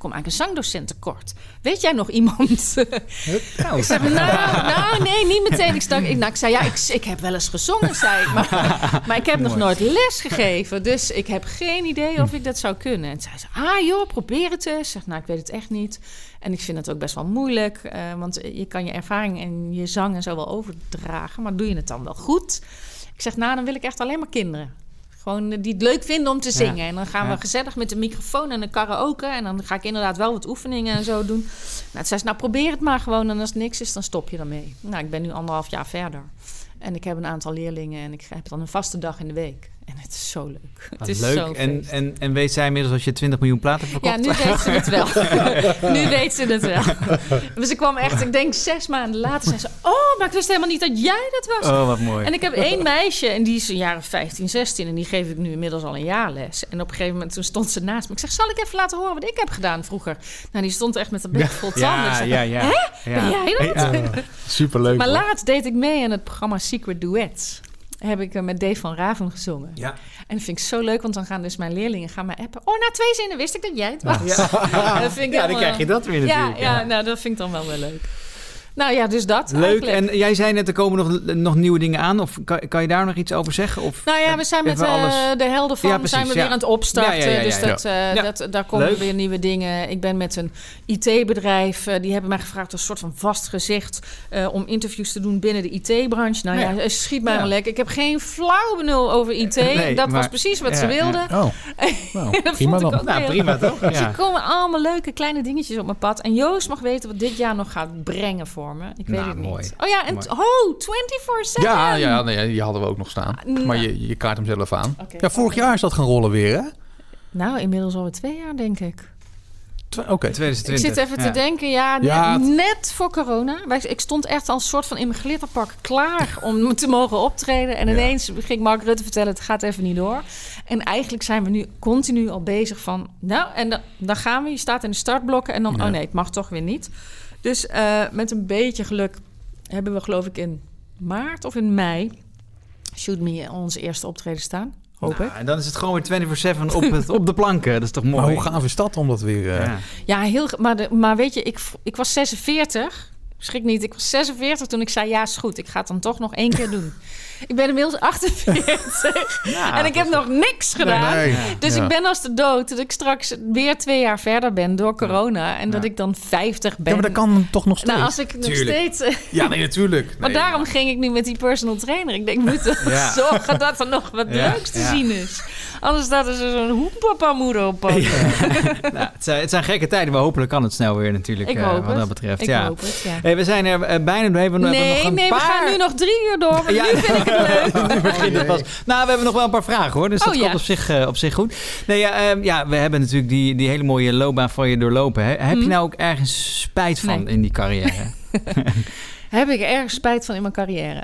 kom eigenlijk een zangdocent tekort. Weet jij nog iemand? Ik zeg, nou, nee, niet meteen. Ik zei, ik heb wel eens gezongen, zei ik. Maar ik heb nog nooit les gegeven. Dus ik heb geen idee of ik dat zou kunnen. En zei ze, probeer het eens. Ik zeg, ik weet het echt niet. En ik vind het ook best wel moeilijk. Want je kan je ervaring en je zang en zo wel overdragen. Maar doe je het dan wel goed? Ik zeg, dan wil ik echt alleen maar kinderen. Gewoon die het leuk vinden om te zingen. Ja. En dan gaan we gezellig met de microfoon en een karaoke. En dan ga ik inderdaad wel wat oefeningen en zo doen. Toen zei ze, probeer het maar gewoon. En als het niks is, dan stop je ermee. Ik ben nu 1,5 jaar verder. En ik heb een aantal leerlingen. En ik heb dan een vaste dag in de week. En het is zo leuk. Het is leuk. Zo en weet zij inmiddels als je 20 miljoen platen verkocht? Ja, nu weet ze het wel. Nu weet ze het wel. Dus ik kwam echt, ik denk 6 maanden later, zei ze... maar ik wist helemaal niet dat jij dat was. Oh, wat mooi. En ik heb 1 meisje en die is een jaar of 15, 16... en die geef ik nu inmiddels al een jaar les. En op een gegeven moment toen stond ze naast me. Ik zeg, zal ik even laten horen wat ik heb gedaan vroeger? Die stond echt met een bek vol tanden. Ja. Hè? Ben jij dat? Ja. Superleuk. Maar laatst deed ik mee aan het programma Secret Duets. Heb ik met Dave van Raven gezongen. Ja. En dat vind ik zo leuk, want dan gaan dus mijn leerlingen mij appen. Na 2 zinnen wist ik dat jij het was. Ja, dat vind ik dan krijg je dat weer natuurlijk. Ja, dat vind ik dan wel leuk. Dus dat leuk. Eigenlijk. En jij zei net, er komen nog nieuwe dingen aan. Of kan je daar nog iets over zeggen? Of we zijn met de helden van zijn we weer aan het opstarten. Dus daar komen weer nieuwe dingen. Ik ben met een IT-bedrijf. Die hebben mij gevraagd als een soort van vast gezicht... om interviews te doen binnen de IT-branche. Schiet mij maar lekker. Ik heb geen flauw benul over IT. Dat was precies wat ze wilden. Prima dan. Prima toch? Dus er komen allemaal leuke kleine dingetjes op mijn pad. En Joost mag weten wat dit jaar nog gaat brengen voor me. Ik weet het mooi. niet. Oh ja, en 24/7. Die hadden we ook nog staan. Maar je kaart hem zelf aan. Okay, vorig jaar is dat gaan rollen weer, hè? Inmiddels alweer 2 jaar, denk ik. Oké. 2020. Ik zit even te denken, net voor corona. Ik stond echt als soort van in mijn glitterpak klaar om te mogen optreden. En ineens ging Mark Rutte vertellen, het gaat even niet door. En eigenlijk zijn we nu continu al bezig van... en dan gaan we. Je staat in de startblokken en dan... Oh nee, het mag toch weer niet. Dus met een beetje geluk hebben we, geloof ik, in maart of in mei... Shoot Me onze eerste optreden staan. Hoop ik. En dan is het gewoon weer 24/7 op de planken. Dat is toch mooi? Maar hoe gaaf is dat om dat weer... Ja, heel... Maar weet je, ik was 46... Schrik niet, ik was 46 toen ik zei... ja, is goed, ik ga het dan toch nog 1 keer doen. Ik ben inmiddels 48 en ik heb nog niks gedaan. Nee. Dus ik ben als de dood dat ik straks weer 2 jaar verder ben door corona. En dat ik dan 50 ben. Ja, maar dat kan toch nog steeds? Als ik nog steeds... Ja, nee, natuurlijk. Maar daarom ging ik nu met die personal trainer. Ik denk, we moeten zorgen dat er nog wat leuks te zien is. Anders staat er zo'n hoepapa-moeder op. Het zijn gekke tijden, maar hopelijk kan het snel weer natuurlijk. Ik hoop wat dat betreft. Ik hoop het, Hey, we zijn er bijna doorheen. We gaan nu nog 3 uur door. Maar nu vind ik het leuk. We hebben nog wel een paar vragen hoor. Dus dat komt op zich goed. Nee, we hebben natuurlijk die hele mooie loopbaan van je doorlopen. Hè? Heb je nou ook ergens spijt van in die carrière? Heb ik ergens spijt van in mijn carrière?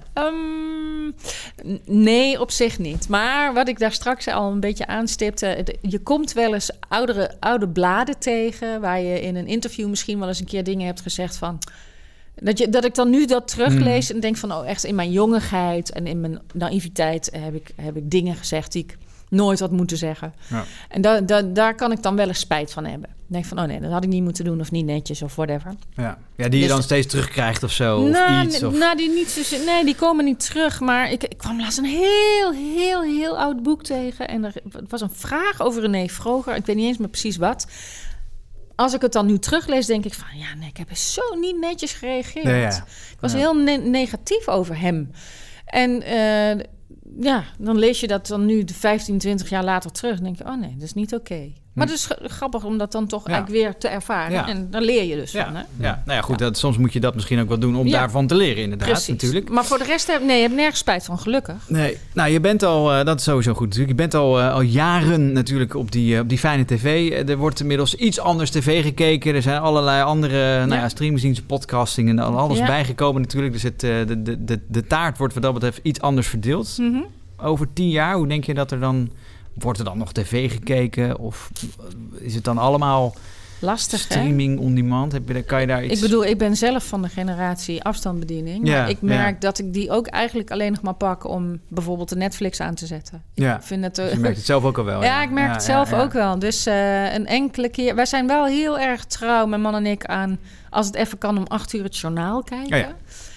Nee, op zich niet. Maar wat ik daar straks al een beetje aanstipte... je komt wel eens oude bladen tegen... waar je in een interview misschien wel eens een keer dingen hebt gezegd van... Dat ik dan nu dat teruglees en denk van... echt in mijn jongigheid en in mijn naïviteit heb ik dingen gezegd... die ik nooit had moeten zeggen. Ja. En daar kan ik dan wel eens spijt van hebben. Ik denk van, nee, dat had ik niet moeten doen of niet netjes of whatever. Ja, die je dan steeds terugkrijgt of zo? Die komen niet terug. Maar ik kwam laatst een heel oud boek tegen. En het was een vraag over René Vroger. Ik weet niet eens meer precies wat... Als ik het dan nu teruglees, denk ik van... ik heb zo niet netjes gereageerd. Ik was heel negatief over hem. En dan lees je dat dan nu 15, 20 jaar later terug. Dan denk je, nee, dat is niet oké. Maar het is grappig om dat dan toch eigenlijk weer te ervaren. Ja. En daar leer je dus van. Hè? Ja, goed. Soms moet je dat misschien ook wel doen om daarvan te leren inderdaad. Precies. Natuurlijk. Maar voor de rest heb ik nergens spijt van, gelukkig. Nee, je bent al, dat is sowieso goed natuurlijk. Je bent al jaren natuurlijk op die fijne tv. Er wordt inmiddels iets anders tv gekeken. Er zijn allerlei andere streamingdiensten, podcasting en alles bijgekomen natuurlijk. Dus de taart wordt wat dat betreft iets anders verdeeld. Mm-hmm. Over 10 jaar, hoe denk je dat er dan... Wordt er dan nog tv gekeken? Of is het dan allemaal Lastig, streaming on demand. Kan je daar iets... Ik bedoel, ik ben zelf van de generatie afstandsbediening. Ja, maar ik merk dat ik die ook eigenlijk alleen nog maar pak om bijvoorbeeld de Netflix aan te zetten. Ja, ik vind het, je merkt het zelf ook al wel. Ja, ik merk het zelf ook wel. Dus een enkele keer... Wij zijn wel heel erg trouw, mijn man en ik, aan... als het even kan, om 8 uur het journaal kijken. Ja.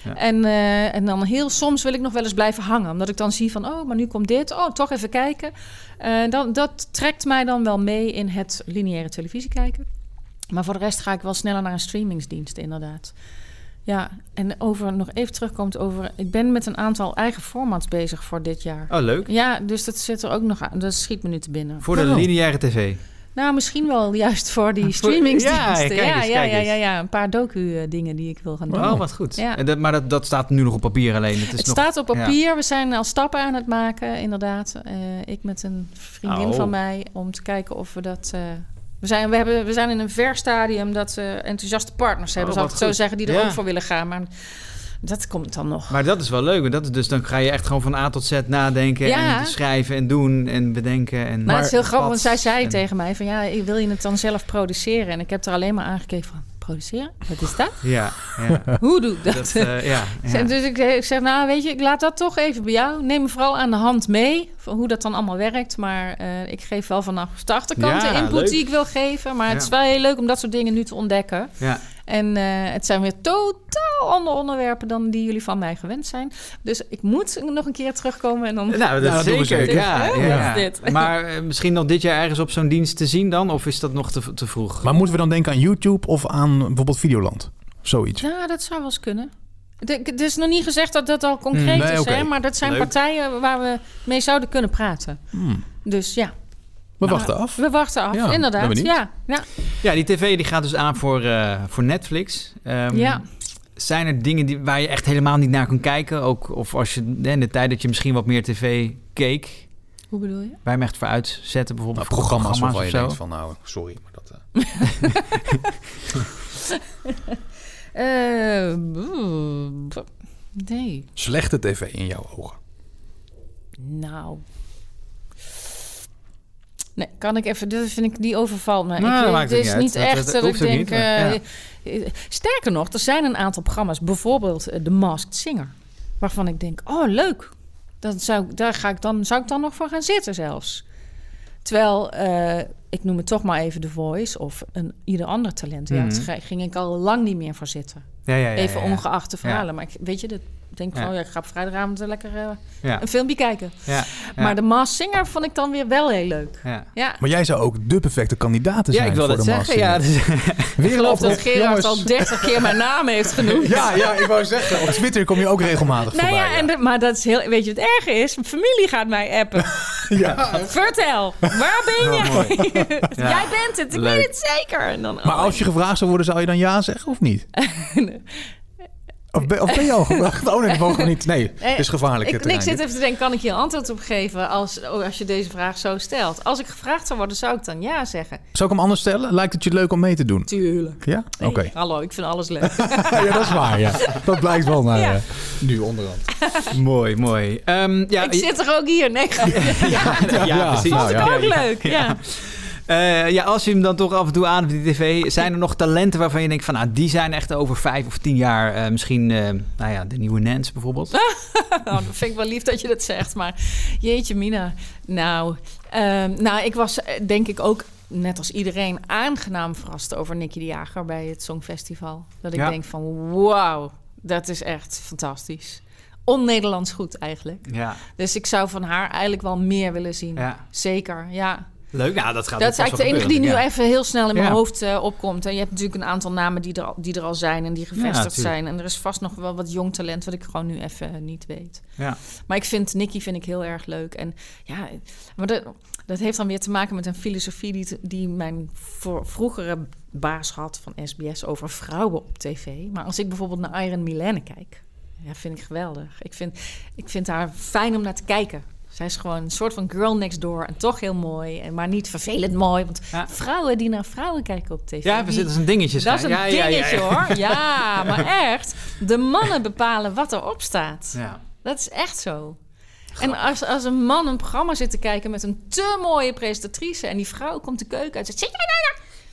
En dan heel soms wil ik nog wel eens blijven hangen. Omdat ik dan zie van, oh, maar nu komt dit. Oh, toch even kijken. Dat trekt mij dan wel mee in het lineaire televisie kijken. Maar voor de rest ga ik wel sneller naar een streamingsdienst, inderdaad. Ja, en nog even terugkomt over... Ik ben met een aantal eigen formats bezig voor dit jaar. Oh, leuk. Ja, dus dat zit er ook nog aan. Dat schiet me nu te binnen. Voor de lineaire tv? Nou, misschien wel juist voor die streamingsdiensten. Ja, een paar docu-dingen die ik wil gaan doen. Oh, wat goed. Ja. Maar dat staat nu nog op papier alleen. Het staat op papier. Ja. We zijn al stappen aan het maken, inderdaad. Ik met een vriendin van mij, om te kijken of we dat... We zijn in een ver stadium dat we enthousiaste partners hebben, zal ik het zo zeggen, die er ook voor willen gaan. Maar dat komt dan nog. Maar dat is wel leuk. Dus dan ga je echt gewoon van A tot Z nadenken en schrijven en doen en bedenken. Maar het is heel grappig, want zij zei tegen mij van wil je het dan zelf produceren? En ik heb er alleen maar aangekeken van, produceren? Wat is dat? Ja. Hoe doe ik dat? Dus ik zeg, nou weet je, ik laat dat toch even bij jou. Neem me vooral aan de hand mee, van hoe dat dan allemaal werkt. Maar ik geef wel vanaf de achterkant de input die ik wil geven. Maar het is wel heel leuk om dat soort dingen nu te ontdekken. Ja. En het zijn weer totaal andere onderwerpen dan die jullie van mij gewend zijn. Dus ik moet nog een keer terugkomen en dan... Nou, dat is zeker. Ja. Maar misschien nog dit jaar ergens op zo'n dienst te zien dan? Of is dat nog te vroeg? Maar moeten we dan denken aan YouTube of aan bijvoorbeeld Videoland? Zoiets. Ja, dat zou wel eens kunnen. Het is nog niet gezegd dat dat al concreet is, hè? Maar dat zijn partijen waar we mee zouden kunnen praten. Dus ja. We wachten af. We wachten af, inderdaad. Ja, die tv die gaat dus aan voor Netflix. Zijn er dingen waar je echt helemaal niet naar kunt kijken? Ook, of als je in de tijd dat je misschien wat meer tv keek... Hoe bedoel je? Waar je hem echt voor uitzetten, bijvoorbeeld programma's of waar je zo. denkt van, nou, sorry, maar dat... Nee. Slechte tv in jouw ogen? Nou... Nee, kan ik even... Dat vind ik, die overvalt me. Nou, het is niet echt dat ik denk... Sterker nog, er zijn een aantal programma's. Bijvoorbeeld The Masked Singer. Waarvan ik denk, oh leuk. Zou ik dan nog voor gaan zitten zelfs. Terwijl, ik noem het toch maar even The Voice... of ieder ander talent. Ja, daar ging ik al lang niet meer voor zitten. Even ongeacht de verhalen. Ja. Maar weet je, ik denk van, ik ga op vrijdagavond lekker een filmpje kijken. Maar de Masked Singer vond ik dan weer wel heel leuk. Ja. Maar jij zou ook de perfecte kandidaat zijn. Ja, ik wil voor dat de zeggen. Ja, ik geloof dat Gerard al 30 keer mijn naam heeft genoemd. Ja, ik wou zeggen. Op Twitter kom je ook regelmatig voorbij. Maar dat is heel... Weet je wat erg is? Mijn familie gaat mij appen. Vertel, waar ben jij? Jij bent het, ik weet het zeker. En dan, maar als je gevraagd zou worden, zou je dan ja zeggen of niet? Of ben je al gevraagd? Oh nee, dat mogen we niet. Nee, het is gevaarlijk. Ik zit even te denken, kan ik je een antwoord op geven als je deze vraag zo stelt? Als ik gevraagd zou worden, zou ik dan ja zeggen. Zou ik hem anders stellen? Lijkt het je leuk om mee te doen? Tuurlijk. Ja? Nee, Oké. Hallo, ik vind alles leuk. Ja, dat is waar, ja. Dat blijkt wel naar nu onderhand. Mooi. Ik zit er ook hier. Nee, precies. Vond ik ook leuk, als je hem dan toch af en toe aan op die tv... zijn er nog talenten waarvan je denkt van... die zijn echt over 5 of 10 jaar... misschien de nieuwe Nance bijvoorbeeld. Dat vind ik wel lief dat je dat zegt. Maar jeetje mina. Nou, ik was denk ik ook... net als iedereen aangenaam verrast over Nicky de Jager... bij het Songfestival. Dat ik denk van wauw, dat is echt fantastisch. On-Nederlands goed eigenlijk. Ja. Dus ik zou van haar eigenlijk wel meer willen zien. Ja. Zeker, ja. Leuk, nou, dat gaat dat is eigenlijk de enige die nu even heel snel in mijn hoofd opkomt. En je hebt natuurlijk een aantal namen die er al zijn en die gevestigd zijn. En er is vast nog wel wat jong talent wat ik gewoon nu even niet weet. Ja. Maar Nicky vind ik heel erg leuk. En ja, maar dat heeft dan weer te maken met een filosofie die mijn vroegere baas had van SBS over vrouwen op tv. Maar als ik bijvoorbeeld naar Iron Milene kijk, vind ik geweldig. Ik vind haar fijn om naar te kijken. Zij is gewoon een soort van girl next door en toch heel mooi, maar niet vervelend mooi. Want vrouwen die naar vrouwen kijken op tv... Ja, dat is een dingetje. Dat is een dingetje, hoor. Ja, maar echt. De mannen bepalen wat erop staat. Ja. Dat is echt zo. Grappig. En als een man een programma zit te kijken met een te mooie presentatrice en die vrouw komt de keuken uit en zegt... Zit jij daar?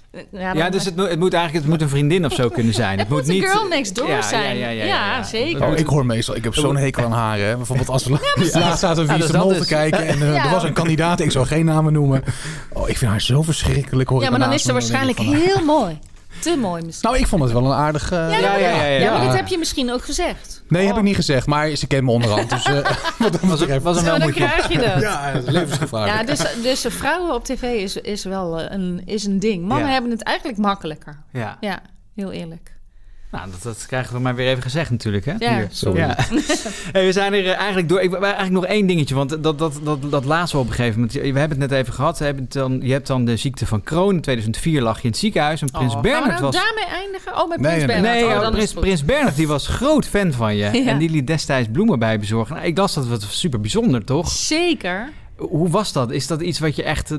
Dus het moet een vriendin of zo kunnen zijn. Het moet niet girl next door zijn. Ja, zeker. Oh, ik hoor meestal, ik heb zo'n hekel aan haar. Hè. Bijvoorbeeld als we laatst zaten Wie is de Mol te kijken en er was een kandidaat, ik zou geen namen noemen. Oh, ik vind haar zo verschrikkelijk. Maar dan is ze waarschijnlijk heel mooi. Te mooi misschien. Nou, ik vond het wel een aardig... maar dit heb je misschien ook gezegd. Nee, heb ik niet gezegd, maar ze kent me onderhand. Dus was een dan krijg je dat. Ja, dat is levensgevaarlijk. Ja, dus vrouwen op tv is wel een ding. Mannen hebben het eigenlijk makkelijker. Ja, heel eerlijk. Nou, dat krijgen we maar weer even gezegd natuurlijk, hè? Ja, sorry. Ja. Hey, we zijn er eigenlijk door. Ik eigenlijk nog één dingetje, want dat laatste op een gegeven moment. We hebben het net even gehad. Je hebt dan de ziekte van Crohn. In 2004 lag je in het ziekenhuis. En Prins Bernhard was... daarmee eindigen? Met Prins Bernhard. Nee, Prins Bernhard die was groot fan van je. Ja. En die liet destijds bloemen bij bezorgen. Nou, ik las dat het super bijzonder, toch? Zeker. Hoe was dat? Is dat iets wat je echt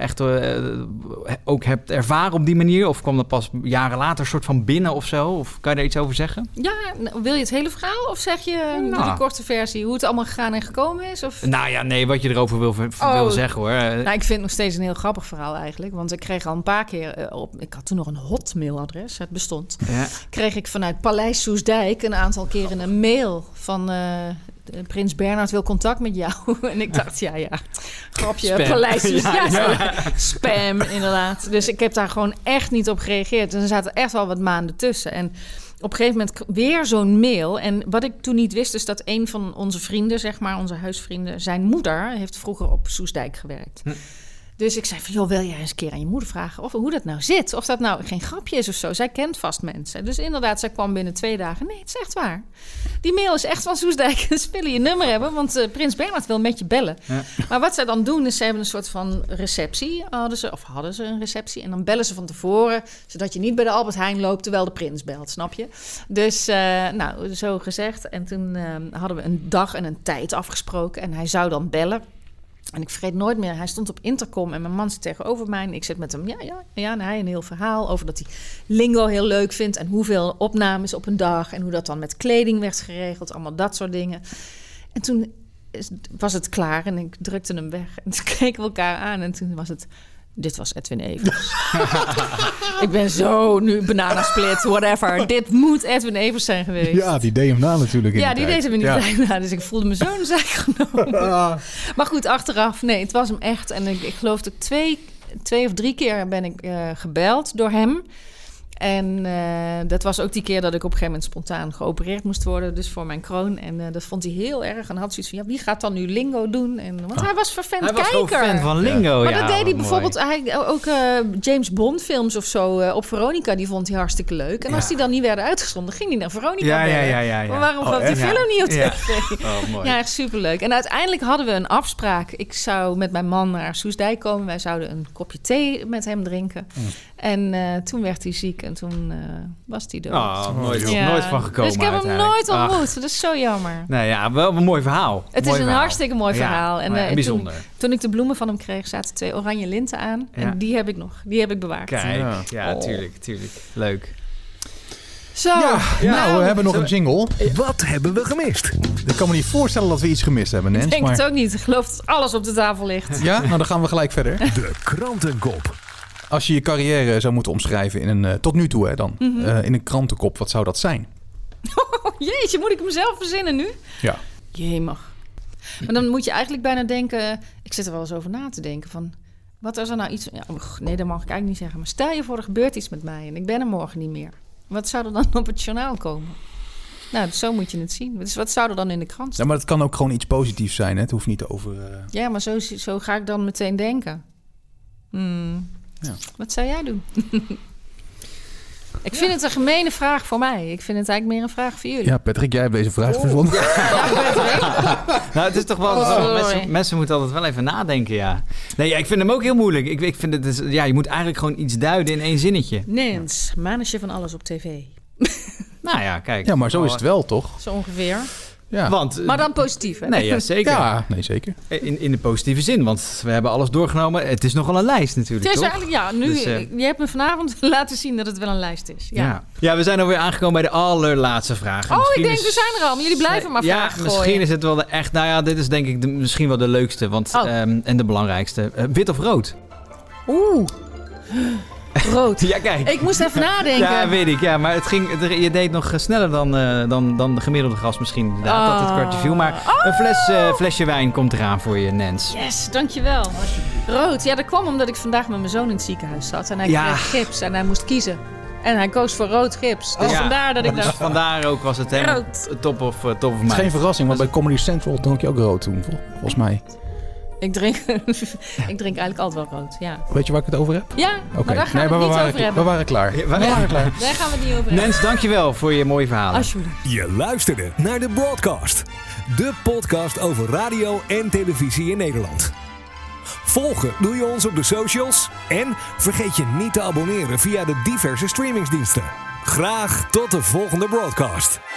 ook hebt ervaren op die manier? Of kwam dat pas jaren later soort van binnen of zo? Of kan je daar iets over zeggen? Ja, wil je het hele verhaal? Of zeg je de korte versie? Hoe het allemaal gegaan en gekomen is? Of? Nou ja, nee, wat je erover wil zeggen hoor. Nou, ik vind het nog steeds een heel grappig verhaal eigenlijk. Want ik kreeg al een paar keer ik had toen nog een hotmailadres, het bestond. Ja. Kreeg ik vanuit Paleis Soestdijk een aantal keren een mail van... Prins Bernhard wil contact met jou. En ik dacht, grapje, spam. Paleis. Spam, inderdaad. Dus ik heb daar gewoon echt niet op gereageerd. En er zaten echt wel wat maanden tussen. En op een gegeven moment weer zo'n mail. En wat ik toen niet wist, is dat een van onze vrienden, zeg maar, onze huisvrienden, zijn moeder heeft vroeger op Soestdijk gewerkt. Dus ik zei van, wil jij eens een keer aan je moeder vragen hoe dat nou zit? Of dat nou geen grapje is of zo. Zij kent vast mensen. Dus inderdaad, zij kwam binnen 2 dagen. Nee, het is echt waar. Die mail is echt van Soestdijk. Ze willen je nummer hebben, want Prins Bernhard wil met je bellen. Ja. Maar wat zij dan doen, is ze hebben een soort van receptie. Hadden ze een receptie. En dan bellen ze van tevoren, zodat je niet bij de Albert Heijn loopt terwijl de prins belt, snap je? Dus, zo gezegd. En toen hadden we een dag en een tijd afgesproken. En hij zou dan bellen. En ik vergeet nooit meer, hij stond op intercom en mijn man zit tegenover mij. En ik zit met hem, en hij een heel verhaal over dat hij lingo heel leuk vindt. En hoeveel opnames op een dag en hoe dat dan met kleding werd geregeld. Allemaal dat soort dingen. En toen was het klaar en ik drukte hem weg. En toen keken we elkaar aan en toen was het... Dit was Edwin Evers. Ik ben zo nu bananasplit, whatever. Dit moet Edwin Evers zijn geweest. Ja, die deed hem na natuurlijk. Ja, die deed hem in die tijd na. Dus ik voelde me zo'n zaakgenomen. Maar goed, achteraf, nee, het was hem echt. En ik geloof dat 2 of 3 keer ben ik gebeld door hem. En dat was ook die keer dat ik op een gegeven moment spontaan geopereerd moest worden. Dus voor mijn kroon. En dat vond hij heel erg. En had zoiets van, wie gaat dan nu lingo doen? Want hij was vervent kijker. Hij was gewoon fan van lingo, maar dat deed hij bijvoorbeeld... Ook James Bond films of zo op Veronica, die vond hij hartstikke leuk. En als die dan niet werden uitgezonden, ging hij naar Veronica bellen. Ja. Maar waarom gaat die film niet op tv? Mooi. Ja, echt superleuk. En uiteindelijk hadden we een afspraak. Ik zou met mijn man naar Soestdijk komen. Wij zouden een kopje thee met hem drinken. En toen werd hij ziek en toen was hij dood. Nooit van gekomen. Dus ik heb hem nooit ontmoet. Dat is zo jammer. Nou ja, wel een mooi verhaal. Het is een hartstikke mooi verhaal. En bijzonder. Toen ik de bloemen van hem kreeg, zaten 2 oranje linten aan. Ja. En die heb ik nog. Die heb ik bewaard. Kijk, tuurlijk. Leuk. Zo. Nou, we hebben nog een jingle. Wat hebben we gemist? Ik kan me niet voorstellen dat we iets gemist hebben, Nens. Ik denk het ook niet. Ik geloof dat alles op de tafel ligt. Ja, nou dan gaan we gelijk verder. De krantenkop. Als je je carrière zou moeten omschrijven in een, tot nu toe dan, in een krantenkop, wat zou dat zijn? Jeetje, moet ik hem zelf verzinnen nu? Ja. Jemig. Maar dan moet je eigenlijk bijna denken, ik zit er wel eens over na te denken van, wat is er nou iets... Ja, nee, dat mag ik eigenlijk niet zeggen. Maar stel je voor, er gebeurt iets met mij en ik ben er morgen niet meer. Wat zou er dan op het journaal komen? Nou, zo moet je het zien. Dus wat zou er dan in de krant staan? Ja, maar het kan ook gewoon iets positiefs zijn, hè? Het hoeft niet over... Ja, maar zo ga ik dan meteen denken. Ja. Wat zou jij doen? Ik vind het een gemene vraag voor mij. Ik vind het eigenlijk meer een vraag voor jullie. Ja, Patrick, jij hebt deze vraag verzonnen. Nou, het is toch wel... Mensen moeten altijd wel even nadenken, ja. Nee, ik vind hem ook heel moeilijk. Ik vind het... je moet eigenlijk gewoon iets duiden in 1 zinnetje. Nens, manetje van alles op tv. Nou ja, kijk. Ja, maar zo is het wel, toch? Zo ongeveer. Ja. Want, maar dan positief, hè? Nee, ja, zeker. Ja, nee, zeker. In de positieve zin, want we hebben alles doorgenomen. Het is nogal een lijst natuurlijk, het is toch? eigenlijk, nu, dus, je hebt me vanavond laten zien dat het wel een lijst is. Ja, we zijn alweer aangekomen bij de allerlaatste vraag. Ik denk, we zijn er al. Maar jullie blijven maar vragen gooien. Misschien is het wel echt... Nou ja, dit is denk ik misschien wel de leukste en de belangrijkste. Wit of rood? Oeh. Rood. Ja, kijk. Ik moest even nadenken. Ja, weet ik. Ja, maar je deed nog sneller dan de gemiddelde gast misschien. Inderdaad, dat het kwartje viel. Maar een flesje wijn komt eraan voor je, Nens. Yes, dankjewel. Rood. Ja, dat kwam omdat ik vandaag met mijn zoon in het ziekenhuis zat. En hij kreeg gips en hij moest kiezen. En hij koos voor rood gips. Dus vandaar dat ik dacht... Vandaar ook was het helemaal top of mind. Het is geen verrassing, want bij Comedy Central dronk je ook rood toen, volgens mij. Ik drink eigenlijk altijd wel rood, ja. Weet je waar ik het over heb? Ja, maar daar gaan we het niet over hebben. We waren klaar. Daar gaan we het niet over hebben. Nens, dankjewel voor je mooie verhalen. Alsjeblieft. Je luisterde naar de Broadcast. De podcast over radio en televisie in Nederland. Volgen doe je ons op de socials. En vergeet je niet te abonneren via de diverse streamingsdiensten. Graag tot de volgende Broadcast.